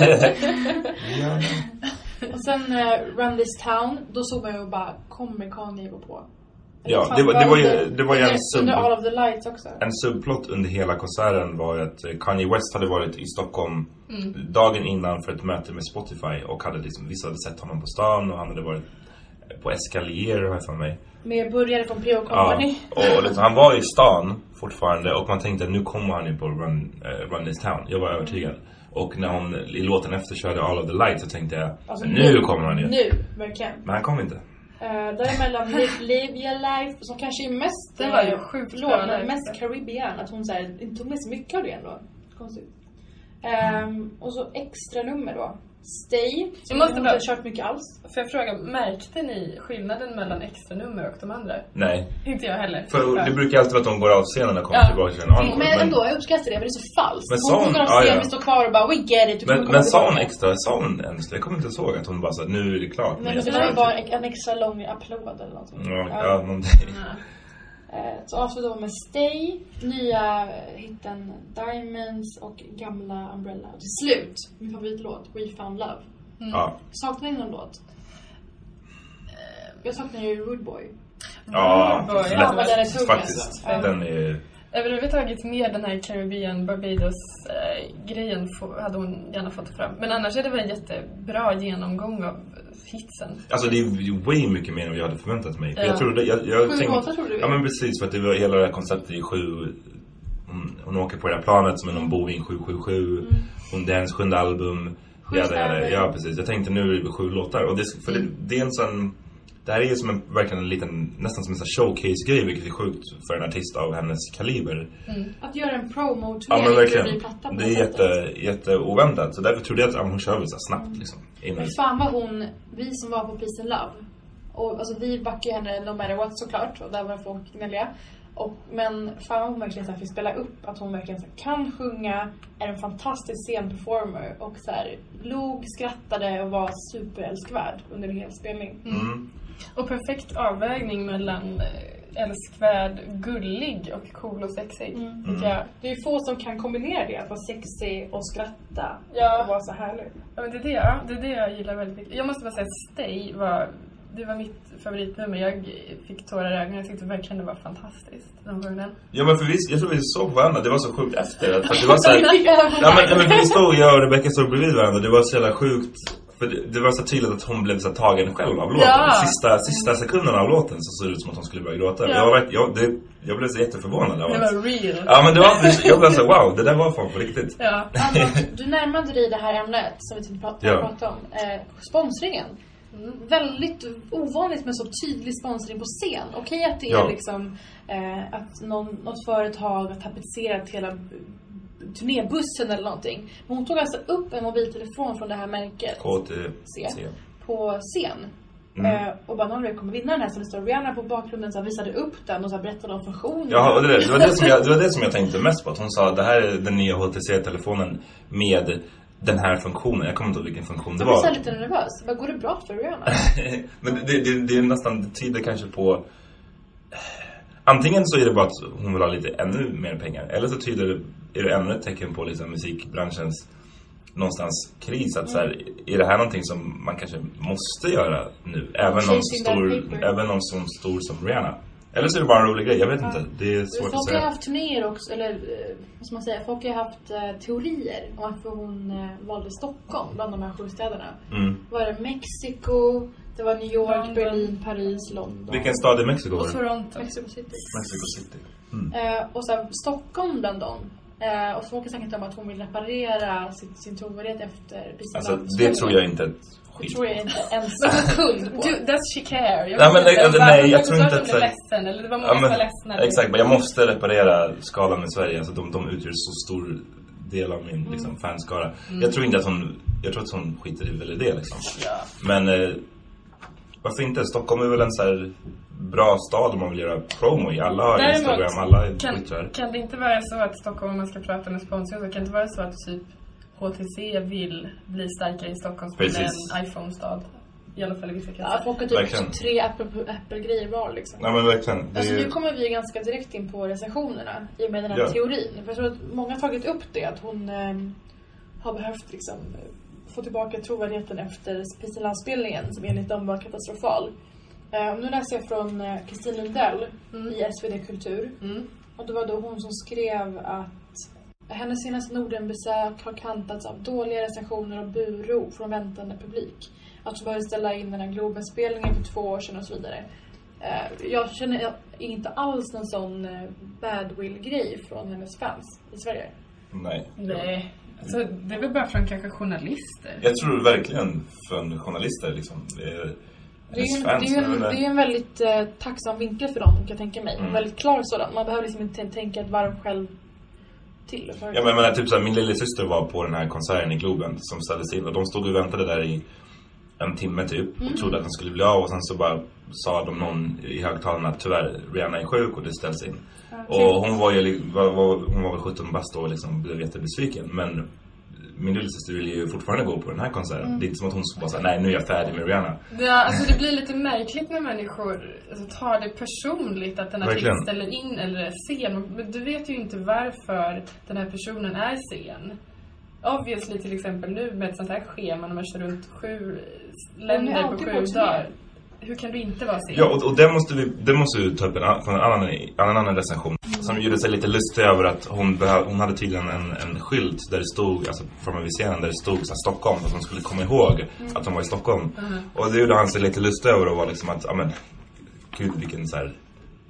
Speaker 2: Och sen Run This Town, då såg man ju bara, kommer Kanye gå på?
Speaker 1: Ja, det var ju
Speaker 2: under All of the Lights också.
Speaker 1: En subplot under hela konserten var att Kanye West hade varit i Stockholm dagen innan för ett möte med Spotify och hade liksom, vissa hade sett honom på stan och han hade varit på Escalier har jag för mig.
Speaker 2: Med burgare från P.O. Company.
Speaker 1: Ja, och liksom, han var i stan fortfarande och man tänkte nu kommer han ju på Run This Town. Jag var övertygad. Och när hon i låten efter körde All of the Lights så tänkte jag alltså, nu kommer han ju.
Speaker 2: Nu, verkligen.
Speaker 1: Men han kom inte.
Speaker 2: Däremellan Live Your Life som kanske är mest
Speaker 3: det var ju sjukt
Speaker 2: låt, men mest Caribbean. Att hon så här, inte tog med så mycket av det ändå. Konstigt. Och så extra nummer då. Stay. Jag måste bara kört mycket alls.
Speaker 3: Får jag fråga, märkte ni skillnaden mellan extra nummer och de andra?
Speaker 1: Nej.
Speaker 3: Inte jag heller.
Speaker 1: För det brukar alltid vara att de går av scenen och kommer tillbaka till en encore.
Speaker 2: Men ändå, jag uppskattar det, men det är så falskt.
Speaker 1: Men
Speaker 2: hon går av scenen, vi står kvar och bara, we get it.
Speaker 1: Men sa hon extra, sa hon ens? Jag kommer inte ihåg att hon bara sa, nu är det klart.
Speaker 2: Men det var bara en extra lång applåd eller någonting.
Speaker 1: Ja, någonting.
Speaker 2: Så avslutar med Stay, nya hitten Diamonds och gamla Umbrella. Och till slut, min favoritlåt, We Found Love. Saknar ni någon låt? Jag saknar ju Rude Boy.
Speaker 1: Ja,
Speaker 2: faktiskt.
Speaker 1: Den är...
Speaker 3: Överhuvudtaget med den här Caribbean Barbados-grejen hade hon gärna fått fram. Men annars är det väl en jättebra genomgång av hitsen.
Speaker 1: Alltså det är way mycket mer än vad jag hade förväntat mig.
Speaker 2: Ja.
Speaker 1: Jag trodde,
Speaker 2: jag tänkte,
Speaker 1: ja men precis, för att det var hela det här konceptet i 7. Hon åker på det här planet som är någon Boeing 777. Det är hennes 7:e album. Ja, precis. Jag tänkte nu är det 7 låtar. Och det är en sån... Det här är ju som verkligen en liten, nästan som en showcase-grej, vilket är sjukt för en artist av hennes kaliber.
Speaker 2: Att göra en promo-turné.
Speaker 1: Ja, men verkligen. Det är jätte oväntat. Så därför trodde jag att hon kör väl så snabbt liksom.
Speaker 2: Men fan var hon, vi som var på Peace and Love. Och alltså vi backade henne no matter what såklart. Och där var folk gnälliga. Men fan hon verkligen så här fick spela upp att hon verkligen så här, kan sjunga, är en fantastisk scenperformer och så här, log, skrattade och var superälskvärd under en hel spelning.
Speaker 3: Och perfekt avvägning mellan älskvärd, gullig och cool och sexig.
Speaker 2: Det är ju få som kan kombinera det, att vara sexig och skratta och vara så härlig.
Speaker 3: Ja, men det är det jag gillar väldigt mycket. Jag måste bara säga att Stay var mitt favoritnummer. Jag fick tårar i ögonen. Jag tyckte verkligen det var fantastiskt.
Speaker 1: Ja, men för jag tror vi såg varandra. Det var så sjukt efter. För det var så här, men vi stod, jag och Rebecca stod bredvid varandra. Det var så jävla sjukt. För det var så tydligt att hon blev så tagen själv av låten. Sista sekunderna av låten så såg det ut som att hon skulle börja gråta. Jag blev så jätteförvånad.
Speaker 3: Det var real.
Speaker 1: Ja, men jag blev så wow, det där var fan på riktigt.
Speaker 2: Ja. Alltså, du närmade dig det här ämnet som vi tänkte prata om. Sponsringen. Väldigt ovanligt med så tydlig sponsring på scen. Okej att det är liksom att något företag har tapetserat hela turnébussen eller någonting. Men hon tog alltså upp en mobiltelefon från det här märket
Speaker 1: KTC
Speaker 2: på scen. Och bara någon kommer vinna den här, så det står Rihanna på bakgrunden, så visade upp den och så berättade om funktionen.
Speaker 1: Ja, och det var det som jag tänkte mest på, att hon sa att det här är den nya HTC-telefonen med den här funktionen. Jag kommer inte ihåg vilken funktion det var.
Speaker 2: Jag blev lite nervös. Vad går det bra för Rihanna?
Speaker 1: Men det är nästan, det tyder kanske på, antingen så är det bara att hon vill ha lite ännu mer pengar, eller så är det ännu ett tecken på liksom musikbranschens någonstans kris, att så här, är det här någonting som man kanske måste göra nu, även om så stor som Rihanna. Eller så är det bara en rolig grej, jag vet inte. Det är svårt att säga.
Speaker 2: Folk har haft turnéer också, eller vad ska man säga, folk har haft teorier om varför hon valde Stockholm bland de här 7 städerna. Var det Mexiko, det var New York, Berlin, Paris, London.
Speaker 1: Vilken stad i Mexiko var det?
Speaker 3: Och Toronto.
Speaker 2: Mexico City.
Speaker 1: Mm.
Speaker 2: Och så Stockholm bland dem. Och så folk snackade om att hon vill reparera sin trovärdighet efter
Speaker 1: Alltså det tror jag inte.
Speaker 2: Det tror jag inte ens kund på.
Speaker 3: Does she care?
Speaker 1: Jag tror inte att...
Speaker 3: ledsen, eller det var många som var ledsna.
Speaker 1: Exakt, men jag måste reparera skalan med Sverige. Alltså de utgör så stor del av min liksom, fanskara. Jag tror inte att hon skiter i väl det liksom. Men varför inte? Stockholm är väl en så här bra stad om man vill göra promo i. Alla har Instagram, alla twittrar.
Speaker 3: Kan det inte vara så att Stockholm, om man ska prata med sponsor, så kan det inte vara så att typ HTC vill bli starkare i Stockholm som en iPhone-stad? I alla fall i vissa kretsar.
Speaker 2: Ja, folk har typ 3 Apple-grejer var liksom.
Speaker 1: Ja, men verkligen.
Speaker 2: Alltså nu kommer vi ganska direkt in på recensionerna i och med den här teorin. För jag tror att många har tagit upp det, att hon har behövt liksom få tillbaka trovärdigheten efter Spiseland-spelningen som enligt dem var katastrofal. Nu läser jag från Kristin Lundell i SvD Kultur. Och det var då hon som skrev att Hennes senaste Nordenbesök har kantats av dåliga recensioner och buro från väntande publik. Att hon behövde ställa in den här Globenspelningen för 2 år sedan och så vidare. Jag känner inte alls någon sån badwill-grej från hennes fans i Sverige.
Speaker 1: Nej.
Speaker 3: Alltså, det är väl bara från kanske journalister.
Speaker 1: Jag tror verkligen från journalister liksom.
Speaker 2: Det är en väldigt tacksam vinkel för dem, kan jag tänka mig. En väldigt klar sådan. Man behöver liksom inte tänka ett varv själv till.
Speaker 1: Ja, men typ såhär, min lilla syster var på den här konserten i Globen som ställdes in. Och de stod och väntade där i 1 timme typ. Och trodde att den skulle bli av. Och sen så bara sa de någon i högtalarna att tyvärr, Rihanna är sjuk och det ställs in. Okay. Och hon var väl 17 bast och liksom blev jättebesviken. Men min lillasyster vill ju fortfarande gå på den här konserten. Det är inte som att hon ska bara säga, nej nu är jag färdig med Rihanna.
Speaker 3: Ja, alltså det blir lite märkligt när människor tar det personligt att den här artist ställer in eller är sen. Men du vet ju inte varför den här personen är sen. Obviously till exempel nu med ett sånt här schema när man kör runt 7 länder på 7 dagar. Hur kan du inte vara sen?
Speaker 1: Ja, och det måste vi ta upp från en annan recension. Som gjorde sig lite lustig över att hon hade tydligen en skylt där det stod, alltså framme vid scenen där det stod så här, Stockholm, för att hon skulle komma ihåg att hon var i Stockholm. Och det gjorde han sig lite lustig över och var liksom att, ja men, gud vilken så här.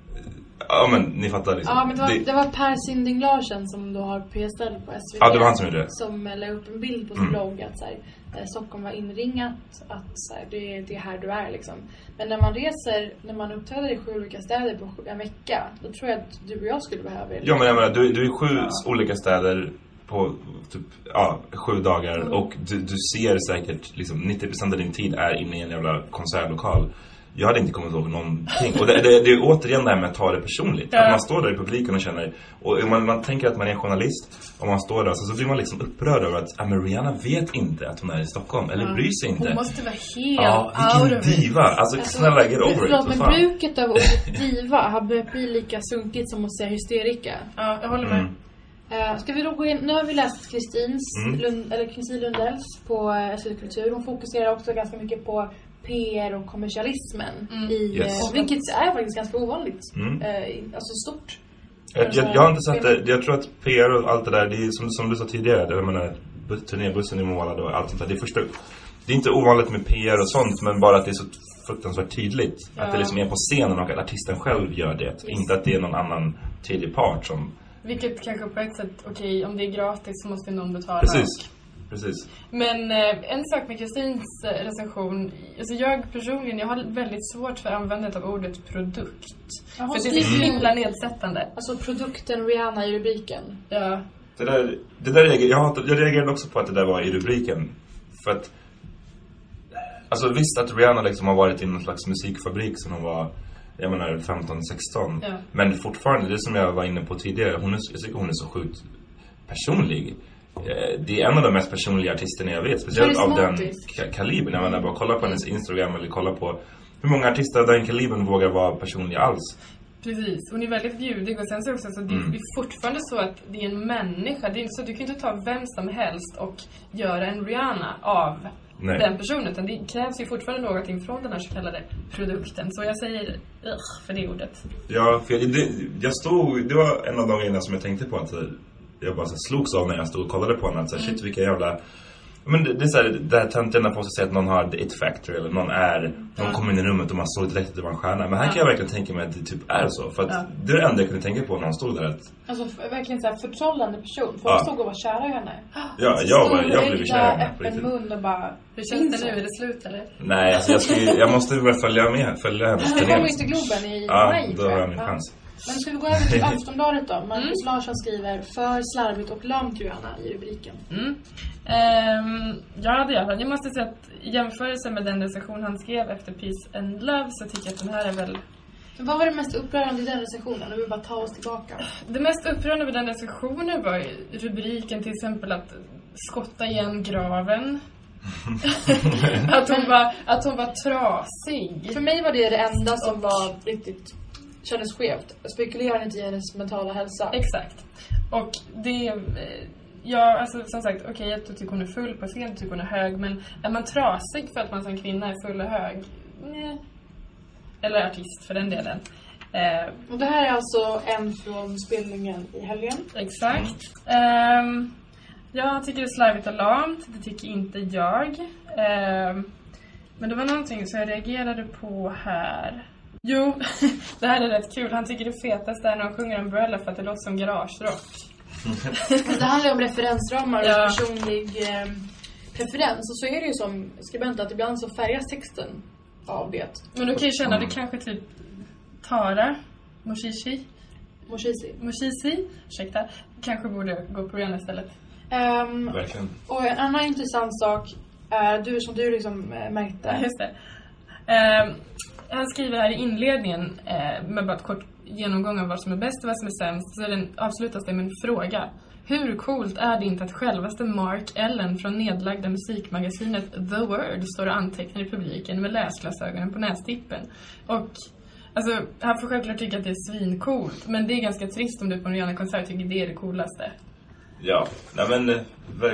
Speaker 1: Ja men ni fattar liksom.
Speaker 2: Ja men det var Per Sinding Larsen som då har PSL på SVT.
Speaker 1: Ja det var han som gjorde det.
Speaker 2: Som la upp en bild på sin blogg att så här, Stockholm var inringat, att så här, det är här du är liksom. Men när man uppträder i 7 olika städer på en vecka, då tror jag att du och jag skulle behöva det.
Speaker 1: Ja men jag menar, du är 7 olika städer på typ 7 dagar och du ser säkert liksom 90% av din tid är inne i en jävla konsertlokal. Jag hade inte kommit ihåg någonting. Och det är återigen det här med att ta det personligt. Att man står där i publiken och känner. Och man tänker att man är en journalist. Och man står där så blir man liksom upprörd över att Rihanna vet inte att hon är i Stockholm. Eller bryr sig inte.
Speaker 3: Hon måste vara helt
Speaker 1: vilken diva. Alltså snälla get over it.
Speaker 2: Förlåt, men bruket av ordet diva har börjat bli lika sunkigt som att säga hysterika.
Speaker 3: Ja, jag håller med.
Speaker 2: Ska vi då gå in? Nu har vi läst Kristin Lundells på SVT Kultur. Hon fokuserar också ganska mycket på PR och kommersialismen vilket är faktiskt ganska ovanligt. Alltså stort.
Speaker 1: Jag har inte sett det. Jag tror att PR och allt det där, det är som du sa tidigare, det menar turnébussen är målad och allt sånt där. Det är inte ovanligt med PR och sånt, men bara att det är så fruktansvärt tydligt att det liksom är på scenen och att artisten själv gör det. Inte att det är någon annan tredje part som.
Speaker 3: Vilket kanske på ett sätt, okej, om det är gratis så måste någon betala.
Speaker 1: Precis.
Speaker 3: Men en sak med Kristins recension, alltså jag personligen, jag har väldigt svårt för användandet av ordet produkt. För det är så himla nedsättande.
Speaker 2: Alltså produkten Rihanna i rubriken.
Speaker 3: Ja.
Speaker 1: Det där jag reagerade också på att det där var i rubriken. För att alltså visst att Rihanna liksom har varit i någon slags musikfabrik som hon var, jag menar 15-16. Ja. Men fortfarande, det som jag var inne på tidigare, jag tycker hon är så sjukt personlig. Det är en av de mest personliga artisterna jag vet. Speciellt av den kalibern. Jag menar, bara kolla på hennes Instagram eller kolla på hur många artister av den kalibern vågar vara personliga alls.
Speaker 3: Precis, hon är väldigt bjudig. Och sen så också så det är fortfarande så att det är en människa. Det är inte så, du kan inte ta vem som helst och göra en Rihanna av den personen. Utan det krävs ju fortfarande någonting från den här så kallade produkten. Så jag säger för det ordet.
Speaker 1: Ja, för det var en av de grejerna som jag tänkte på att jag bara så slogs av när jag stod och kollade på henne. Så shit, vilka jävla. Men det är så här, det här tönterna på sig säga att någon har the it factor. Eller någon kommer in i rummet och man såg direkt att det var en stjärna. Men här kan jag verkligen tänka mig att det typ är så. För att det är det enda jag kunde tänka på när hon stod där.
Speaker 2: Alltså verkligen så här förtrollande person. Folk stod och var kära i henne.
Speaker 1: Ja, jag blev kär i henne.
Speaker 2: Öppen mun och bara.
Speaker 3: Hur känns det nu? Är det slut eller?
Speaker 1: Nej, alltså jag måste väl följa hennes turné.
Speaker 2: Det kommer inte Globen i maj.
Speaker 1: Då har jag min chans.
Speaker 2: Men ska vi gå över till Aftonbladet då? Marcus Larsson skriver för slarvigt och lamt Rihanna i rubriken.
Speaker 3: Ja, det gör han. Jag måste säga att i jämförelse med den recension han skrev efter Peace and Love så tycker jag att den här är väl.
Speaker 2: Men vad var det mest upprörande i den recensionen? Nu vill bara ta oss tillbaka.
Speaker 3: Det mest upprörande med den recensionen var rubriken till exempel att skotta igen graven. att hon var trasig.
Speaker 2: För mig var det enda som var riktigt kändes skevt. Jag spekulerar inte i hennes mentala hälsa.
Speaker 3: Exakt. Och det. Ja, alltså som sagt, okej, jag tycker hon är full på scen, jag tycker hon är hög. Men är man trasig för att man som kvinna är full och hög? Nej. Eller artist för den delen.
Speaker 2: Och det här är alltså en från spelningen i helgen.
Speaker 3: Exakt. Jag tycker det är slarvigt och lamt. Det tycker inte jag. Men det var någonting som jag reagerade på här. Jo, det här är rätt kul. Han tycker det fetaste är när han sjunger Umbrella för att det låter som garagerock.
Speaker 2: Det handlar om referensramar och personlig preferens. Och så är det ju som skribent att ibland så färgas texten av det.
Speaker 3: Men du kan ju känna det kanske typ Tara Moshisi, ursäkta, kanske borde gå på Rihanna istället.
Speaker 1: Verkligen.
Speaker 2: Och en annan intressant sak är du liksom märkte.
Speaker 3: Just det. Han skriver här i inledningen med bara ett kort genomgång av vad som är bäst och vad som är sämst. Så avslutas det med en fråga. Hur coolt är det inte att självaste Mark Ellen från nedlagda musikmagasinet The Word står och antecknar i publiken med läsglasögonen på nästippen? Och alltså, han får självklart tycka att det är svincoolt, men det är ganska trist om du på en Rihanna-konsert tycker det är det coolaste.
Speaker 1: Ja, nej men jag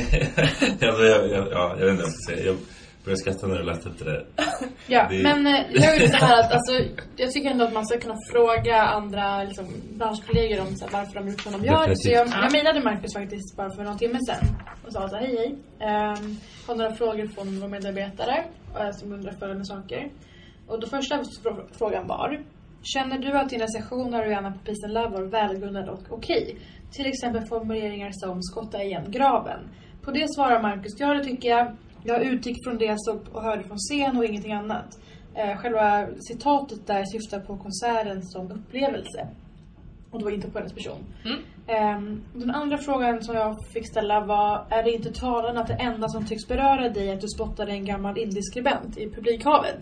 Speaker 1: vet inte vad jag ska säga. Jag började skratta när du läste upp det där.
Speaker 2: Ja, men jag är ju så här att alltså, jag tycker ändå att man ska kunna fråga andra liksom, branschkollegor om så här, varför de gjort som de gör. Definitivt. Så jag mejlade Marcus faktiskt bara för någon timme sedan och sa så här, hej. Har några frågor från våra medarbetare som undrar följande saker. Och då första frågan var: känner du att din recension av Rihanna på Peace and Love var välgrundad och okej? Till exempel formuleringar som skotta igen graven. På det svarar Marcus, ja det tycker jag. Jag utgick från det jag såg och hörde från scen och ingenting annat. Själva citatet där syftar på konserten som upplevelse. Och det var inte på hennes person. Den andra frågan som jag fick ställa var: är det inte talande att det enda som tycks beröra dig är att du spottade en gammal indiskribent i publikhavet?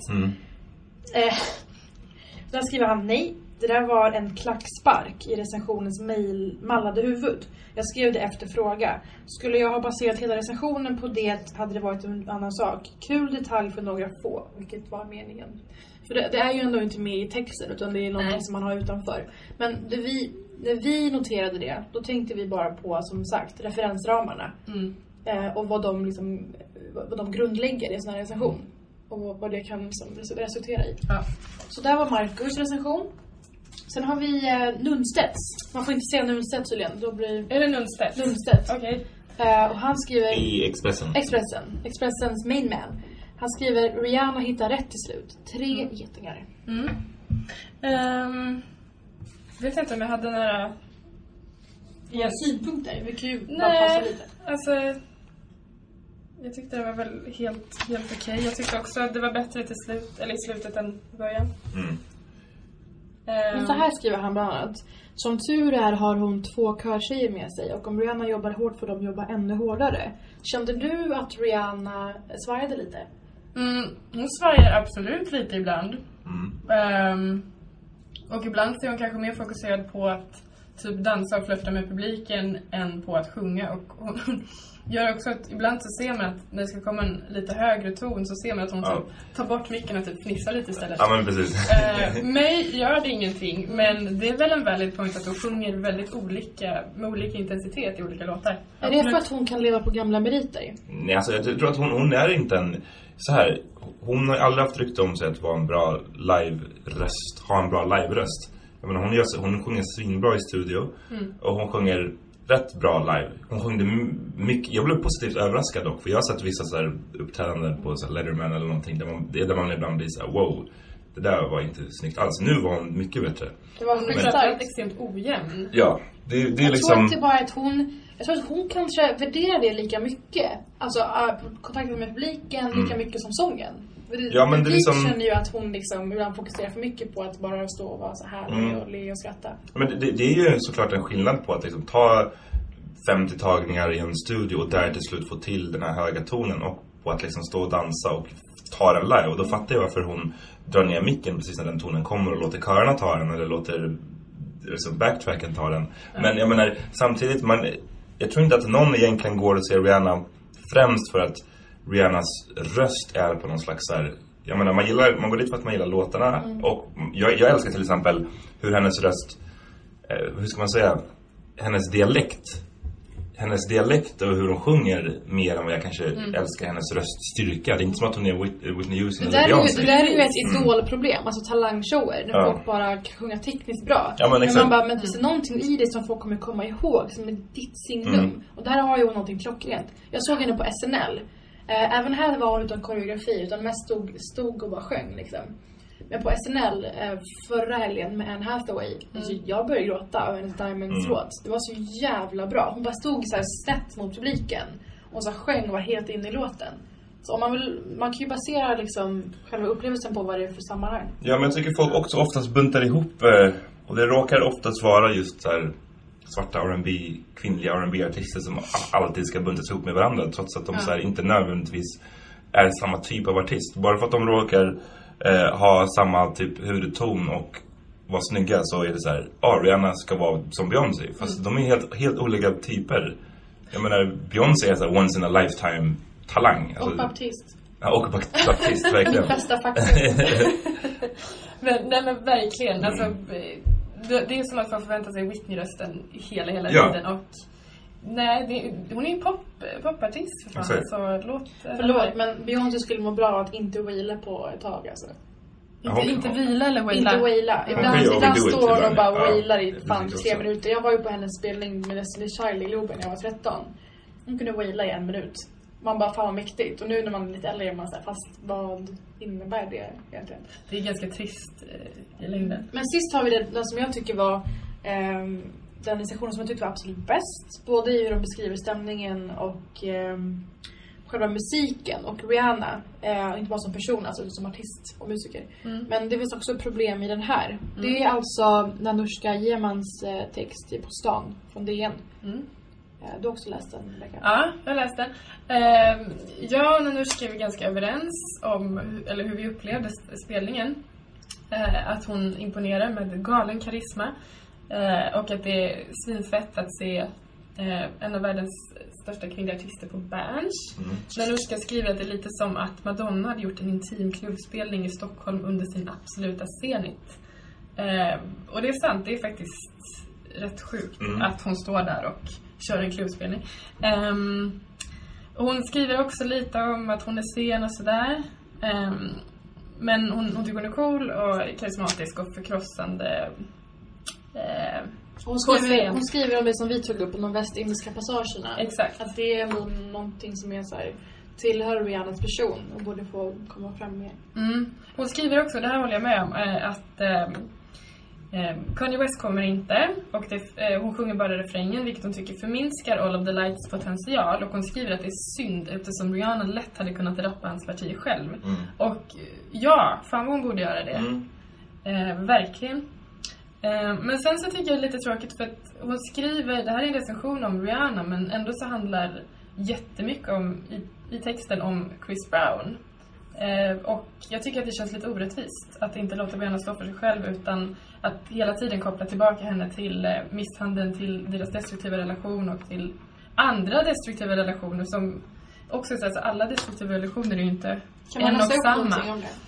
Speaker 2: Där skriver han nej. Det där var en klackspark i recensionens mallade huvud. Jag skrev det efter fråga. Skulle jag ha baserat hela recensionen på det hade det varit en annan sak. Kul detalj för några få, vilket var meningen. För det är ju ändå inte med i texten utan det är något som man har utanför. Men när vi noterade det, då tänkte vi bara på, som sagt, referensramarna. Och vad de grundlägger i en sån här recension. Och vad det kan liksom resultera i. Ja. Så där var Marcus recension. Sen har vi Nunstedts. Man får inte säga Nunstedts tydligen. Då blir...
Speaker 3: Är det Nunstedts?
Speaker 2: Nunstedts.
Speaker 3: Okej.
Speaker 2: Och han skriver...
Speaker 1: I Expressen.
Speaker 2: Expressens main man. Han skriver: Rihanna hittar rätt till slut. 3 getingar.
Speaker 3: Vet inte om jag hade några...
Speaker 2: synpunkter. Vi kan ju bara passa lite.
Speaker 3: Alltså... Jag tyckte det var väl helt okej. Jag tyckte också att det var bättre till slut, eller i slutet än i början.
Speaker 2: Men så här skriver han bland annat: som tur är har hon 2 körtjejer med sig, och om Rihanna jobbar hårt får de jobba ännu hårdare. Kände du att Rihanna svajade lite?
Speaker 3: Hon svajar absolut lite ibland. Och ibland är hon kanske mer fokuserad på att typ dansa och flirta med publiken än på att sjunga. Och hon gör också att ibland så ser man att när det ska komma en lite högre ton så ser man att hon tar bort micken och typ fnissar lite istället.
Speaker 1: Ja, men precis.
Speaker 3: Mig gör det ingenting, men det är väl en valid point att hon sjunger väldigt olika, med olika intensitet i olika låtar.
Speaker 2: Är det för att hon kan leva på gamla meriter?
Speaker 1: Nej, alltså jag tror att hon är inte en... Så här, hon har aldrig haft rykte om sig att vara en bra live-röst, ha en bra live-röst. Jag menar, hon sjunger svinbra i studio och hon sjunger rätt bra live. Hon sjöng mycket. Jag blev positivt överraskad dock, för jag har sett vissa så här uppträdanden på så här Letterman eller någonting där man ibland blir så här: wow, det där var inte snyggt alls. Nu var hon mycket bättre.
Speaker 2: Det var
Speaker 3: extremt ojämn.
Speaker 1: Ja, det är
Speaker 2: jag
Speaker 1: liksom...
Speaker 2: tror inte bara att jag tror att hon kanske värderar det lika mycket. Alltså kontakten med publiken lika mycket som sången.
Speaker 1: Ja, men det liksom...
Speaker 2: känner ju att hon liksom ibland fokuserar för mycket på att bara stå och vara så här och le och skratta.
Speaker 1: Men det är ju såklart en skillnad på att liksom ta 50 tagningar i en studio och där till slut få till den här höga tonen, och på att liksom stå och dansa och ta den live. Och då fattar jag varför hon drar ner micken precis när den tonen kommer och låter körarna ta den eller låter liksom backtracken ta den. Men jag menar, samtidigt, jag tror inte att någon egentligen går och ser Rihanna främst för att Rihannas röst är på någon slags så här, jag menar, man går dit för att man gillar låtarna och jag älskar till exempel hur hennes röst, hur ska man säga, hennes dialekt hennes dialekt och hur hon sjunger mer än vad jag kanske älskar hennes röststyrka. Det är inte som att hon är Whitney Houston eller Beyoncé.
Speaker 2: Det där är ju ett idolproblem, alltså talangshower, när folk bara sjunger tekniskt bra.
Speaker 1: Ja, men
Speaker 2: man bara, men det är någonting i det som folk kommer komma ihåg, som är ditt signum. Och där har ju hon någonting klockrent. Jag såg henne på SNL. Även här var hon utan koreografi, utan mest stod och bara sjöng liksom. Men på SNL förra helgen med Anne Hathaway, alltså jag började gråta över hennes Diamonds-låt. Det var så jävla bra. Hon bara stod så här snett mot publiken och så sjöng och var helt inne i låten. Så om man kan ju basera liksom själva upplevelsen på vad det är för sammanhang.
Speaker 1: Ja, men jag tycker folk också oftast buntar ihop, och det råkar oftast vara just så här svarta R&B, kvinnliga R&B-artister som alltid ska buntas ihop med varandra, trots att de så här inte nödvändigtvis är samma typ av artist. Bara för att de råkar ha samma typ hudton och vara snygga, så är det så här, Rihanna ska vara som Beyoncé. Fast de är helt olika typer. Jag menar, Beyoncé är så här once in a lifetime talang. Alltså,
Speaker 2: och baptist.
Speaker 1: Ja, och baptist, verkligen.
Speaker 2: Bästa faktiskt.
Speaker 3: men verkligen. Alltså, det är som att man förväntar sig Whitney-rösten hela tiden. Och nej, hon är ju popartist för fan. Så
Speaker 2: förlåt, men Beyoncé skulle må bra att inte wila på ett tag alltså.
Speaker 3: Inte vila eller waila?
Speaker 2: Inte waila. Ibland står hon och bara wailar i 3 minuter. Jag var ju på hennes spelning med Destiny Child i Globen när jag var 13. Hon kunde waila i 1 minut. Man bara, fan vad mäktigt. Och nu när man är lite äldre är man så här, fast vad innebär det egentligen?
Speaker 3: Det är ganska trist i längden.
Speaker 2: Men sist har vi den som jag tycker var den sessionen som jag tyckte var absolut bäst. Både i hur de beskriver stämningen och själva musiken. Och Rihanna, inte bara som person, alltså som artist och musiker. Men det finns också ett problem i den här. Det är alltså Nanushka Gemans text På stan från DN. Du har också läst den, Rebecca?
Speaker 3: Ja, jag har läst den. Jag och Nanushka är ganska överens om hur vi upplevde spelningen. Att hon imponerar med galen karisma. Och att det är svinfett att se en av världens största kvinnliga artister på Berns. Nanushka skriver att det är lite som att Madonna hade gjort en intim klubbspelning i Stockholm under sin absoluta zenit. Och det är sant, det är faktiskt rätt sjukt att hon står där och kör en klubbspelning. Hon skriver också lite om att hon är sen och sådär. Men hon tycker hon är cool och karismatisk och förkrossande.
Speaker 2: Hon skriver om det som vi tog upp, om de västindiska passagerna.
Speaker 3: Exakt.
Speaker 2: Att det är någonting som är så här, tillhör Rihannas person och borde få komma fram mer.
Speaker 3: Hon skriver också, det här håller jag med om, att Kanye West kommer inte, och hon sjunger bara refrängen, vilket hon tycker förminskar All of the Lights potential. Och hon skriver att det är synd eftersom Rihanna lätt hade kunnat rappa hans parti själv. Och ja, fan hon borde göra det. Verkligen. Men sen så tycker jag det är lite tråkigt för att hon skriver, det här är en recension om Rihanna, men ändå så handlar jättemycket i texten om Chris Brown. Och jag tycker att det känns lite orättvist att inte låta Rihanna stå för sig själv, utan att hela tiden koppla tillbaka henne till misshandeln, till deras destruktiva relation och till andra destruktiva relationer som också så att alla destruktiva relationer är ju inte en och samma.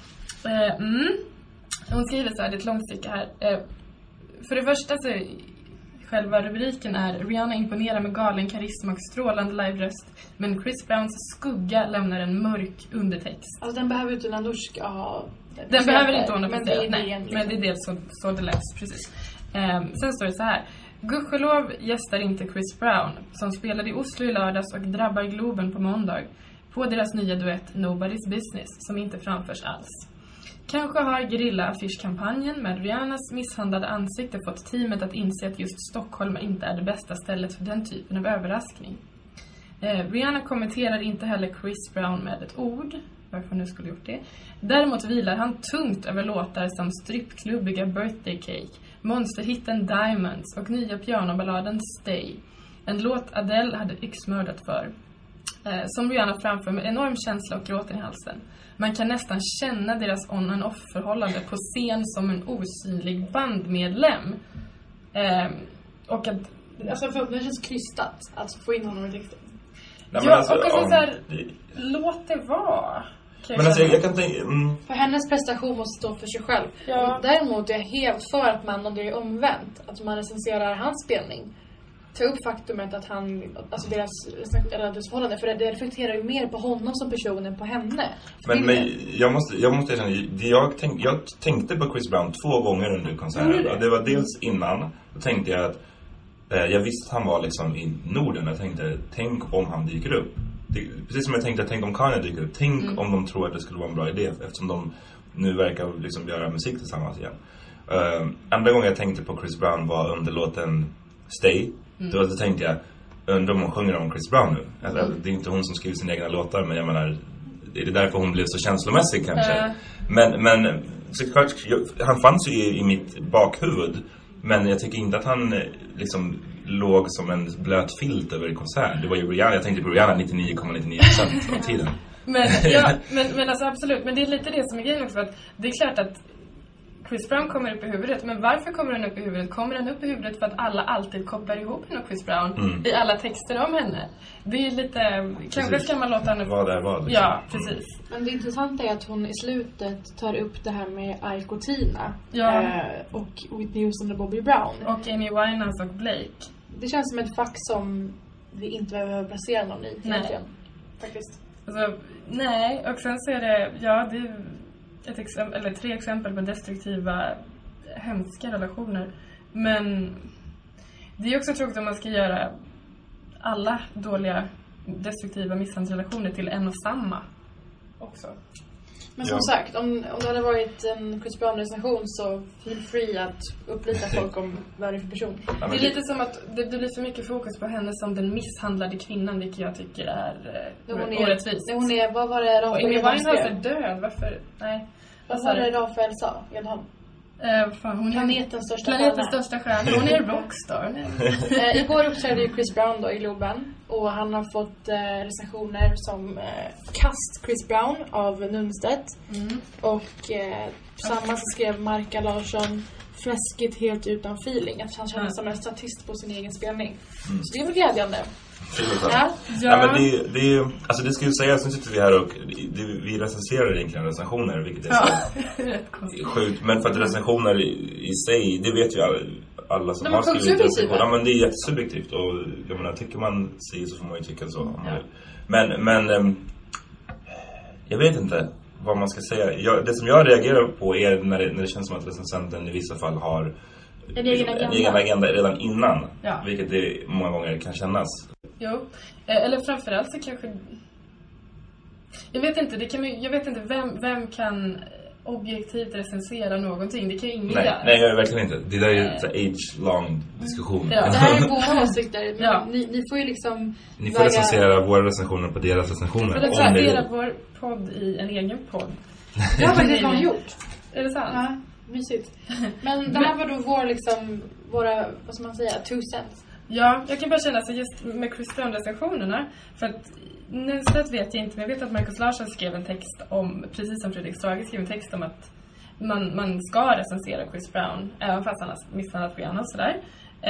Speaker 3: Hon skriver så här, det är ett långt stycke här. För det första så själva rubriken är Rihanna imponerar med galen karisma och strålande live-röst, men Chris Browns skugga lämnar en mörk undertext.
Speaker 2: Alltså den behöver inte Nanushka ha.
Speaker 3: Den behöver inte hon ha,
Speaker 2: men det är det,
Speaker 3: men det är dels så det läs, precis. Sen står det så här: Gudskelov gästar inte Chris Brown, som spelade i Oslo i lördags och drabbar Globen på måndag, på deras nya duett Nobody's Business, som inte framförs alls. Kanske har gerilla-affischkampanjen med Rihannas misshandlade ansikte fått teamet att inse att just Stockholm inte är det bästa stället för den typen av överraskning. Rihanna kommenterar inte heller Chris Brown med ett ord, varför nu skulle gjort det. Däremot vilar han tungt över låtar som strippklubbiga Birthday Cake, monsterhitten Diamonds och nya pianoballaden Stay. En låt Adele hade yxmördat för. Som Rihanna framför med enorm känsla och gråten i halsen. Man kan nästan känna deras on- and off-förhållande på scen som en osynlig bandmedlem. Och att...
Speaker 2: Alltså för det känns krystat att få in honom i texten.
Speaker 3: Ja, alltså, och alltså såhär, låt det vara.
Speaker 1: Men alltså jag kan tänka...
Speaker 2: För hennes prestation måste stå för sig själv.
Speaker 3: Ja.
Speaker 2: Däremot är jag helt för att man, om det är omvänt, att man recenserar hans spelning. ta upp faktumet att han, alltså deras förhållande, för det reflekterar ju mer på honom som person än på henne.
Speaker 1: Men jag måste erkänna, jag tänkte på Chris Brown 2 gånger under konserten. Det var dels innan, då tänkte jag att jag visste att han var liksom i Norden. Jag tänkte, tänk om han dyker upp. Precis som jag tänkte, tänk om Kanye dyker upp. Tänk om de tror att det skulle vara en bra idé, eftersom de nu verkar liksom göra musik tillsammans igen. Andra gången jag tänkte på Chris Brown var under låten Stay. Då tänkte jag, undrar om hon sjunger om Chris Brown nu. Alltså, det är inte hon som skriver sina egna låtar, men jag menar, är det därför hon blev så känslomässig kanske? Men såklart, han fanns ju i mitt bakhuvud. Men jag tycker inte att han liksom låg som en blöt filt över konsert. Det var ju Rihanna, jag tänkte på Rihanna 99,99% av tiden.
Speaker 3: Men alltså absolut, men det är lite det som är grejen också, för att det är klart att Chris Brown kommer upp i huvudet, men varför kommer den upp i huvudet? Kommer den upp i huvudet för att alla alltid kopplar ihop henne och Chris Brown i alla texter om henne? Det är lite, kanske ska man låta henne...
Speaker 1: Vad är vad? Liksom.
Speaker 3: Ja, precis.
Speaker 2: Men det intressanta är att hon i slutet tar upp det här med Ike och Tina. Och Whitney Houston och Bobby Brown.
Speaker 3: Och Amy Winehouse och Blake.
Speaker 2: Det känns som ett fack som vi inte behöver placera någon i.
Speaker 3: Nej.
Speaker 2: Faktiskt.
Speaker 3: Alltså, nej, och sen så är det, ja, det är ett exempel, eller 3 exempel på destruktiva, hemska relationer. Men det är också tråkigt om man ska göra alla dåliga, destruktiva misshandelsrelationer till en och samma också.
Speaker 2: Men som sagt, om det hade varit en Chris Brown-recension så feel free att upplysa folk om vad det är för person.
Speaker 3: Det är lite som att det blir för mycket fokus på henne som den misshandlade kvinnan, vilket jag tycker är orättvist.
Speaker 2: Hon är, vad var det Rafael
Speaker 3: Amy Winehouse är död, varför? Nej.
Speaker 2: Vad var det Rafael sa?
Speaker 3: Hon
Speaker 2: planetens största
Speaker 3: stjärna. Hon är rockstar.
Speaker 2: Igår uppträdde ju Chris Brown då i Globen. Och han har fått recensioner som Kast Chris Brown av Nunstedt. Och samma så skrev Marka Larsson fläskigt helt utan feeling. Att han känner som en statist på sin egen spelning. Så det är väl glädjande.
Speaker 1: Ja, men det är alltså det ska ju sägas, nu sitter vi här och vi recenserar egentligen recensioner, vilket är så sjukt, men för att recensioner i sig, det vet ju alla som har skrivit recensioner. Ja, men det är jättesubjektivt, och jag menar, tycker man sig så får man ju tycka så. Men jag vet inte vad man ska säga. Det som jag reagerar på är när det känns som att recensenten i vissa fall har en egen agenda redan innan, vilket det många gånger kan kännas.
Speaker 3: Jo, eller framförallt så kanske, jag vet inte vem kan objektivt recensera någonting. Det kan ju ingen göra.
Speaker 1: Nej, jag verkligen inte. Det där är ju en age-long diskussion.
Speaker 2: Ja, det här är våra åsikter. Men ni får ju liksom...
Speaker 1: Ni får recensera våra recensioner på deras recensioner.
Speaker 3: Eller placera vår podd i en egen podd.
Speaker 2: Det har faktiskt någon gjort.
Speaker 3: Är det sant?
Speaker 2: Ja, mysigt. Men det här var då våra, vad ska man säga, 2 cents.
Speaker 3: Ja, jag kan bara känna så just med Chris Brown-recensionerna, för att Nunstedt vet jag inte, men jag vet att Marcus Larsson skrev en text om, precis som Fredrik Strage skrev en text om att man ska recensera Chris Brown även fast han har misshandlat Rihanna och sådär.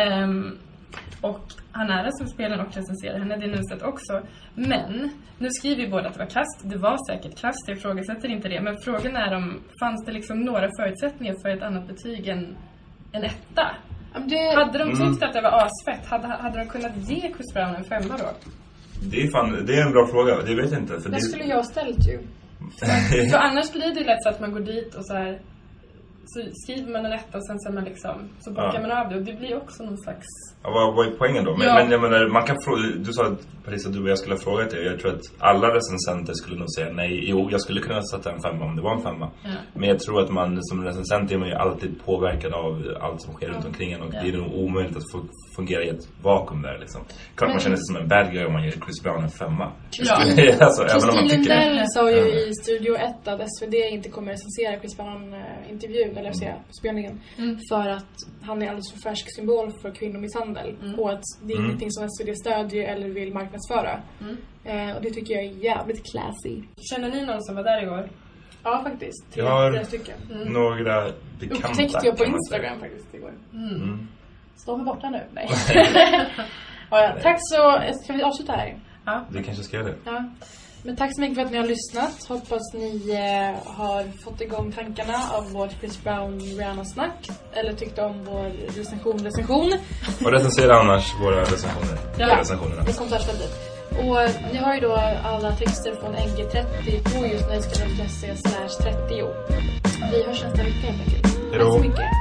Speaker 3: Och han är som spelaren och recenserar henne, det är Nunstedt också. Men nu skriver vi båda att det var kast. Det var säkert kast, jag ifrågasätter inte det. Men frågan är om fanns det liksom några förutsättningar för ett annat betyg än en 1? Hade de tyckt att det var asfett? Hade de kunnat ge Chris Brown en 5 då?
Speaker 1: Det är en bra fråga, det vet jag inte. För
Speaker 2: det skulle jag ställt ju.
Speaker 3: För annars blir det lätt så att man går dit och så här, så skriver man en 1 och sen så man liksom, så bockar man av det. Och det blir också någon slags...
Speaker 1: Ja, vad är poängen då? Men jag menar, man kan fråga, du sa att Parisa, du och jag skulle ha frågat dig. Jag tror att alla recensenter skulle nog säga nej. Jo, jag skulle kunna sätta en 5 om det var en 5. Men jag tror att man som recensent är man ju alltid påverkad av allt som sker runt omkring en. Och det är nog omöjligt att fungera i ett vakuum där liksom. Klart man känner sig som en bad guy om man ger Chris Brown en 5. Alltså, även om man tycker
Speaker 2: Lundell sa ju i Studio 1 att SvD inte kommer recensera Chris Brown-intervjun, eller spelningen, för att han är alldeles för färsk symbol för kvinnomisshandel och att det är ingenting som SvD stödjer eller vill marknadsföra. Och det tycker jag är jävligt classy.
Speaker 3: Känner ni någon som var där igår?
Speaker 2: Ja, faktiskt.
Speaker 1: Jag har några bekanta.
Speaker 2: Upptäckte jag på Instagram faktiskt igår. Så de är borta nu. Nej. Ja. Tack, så ska vi avsluta här?
Speaker 1: Ja. Vi kanske ska göra det.
Speaker 2: Ja. Men tack så mycket för att ni har lyssnat. Hoppas ni har fått igång tankarna av vårt Chris Brown Rihanna-snack. Eller tyckte om vår recension.
Speaker 1: Och recensera annars våra recensioner.
Speaker 2: Ja, i kommentarsfältet. Och ni har ju då alla texter från NG30 på just nöjeskriven.se/30. Vi hörs nästa vecka helt enkelt. Tack så mycket.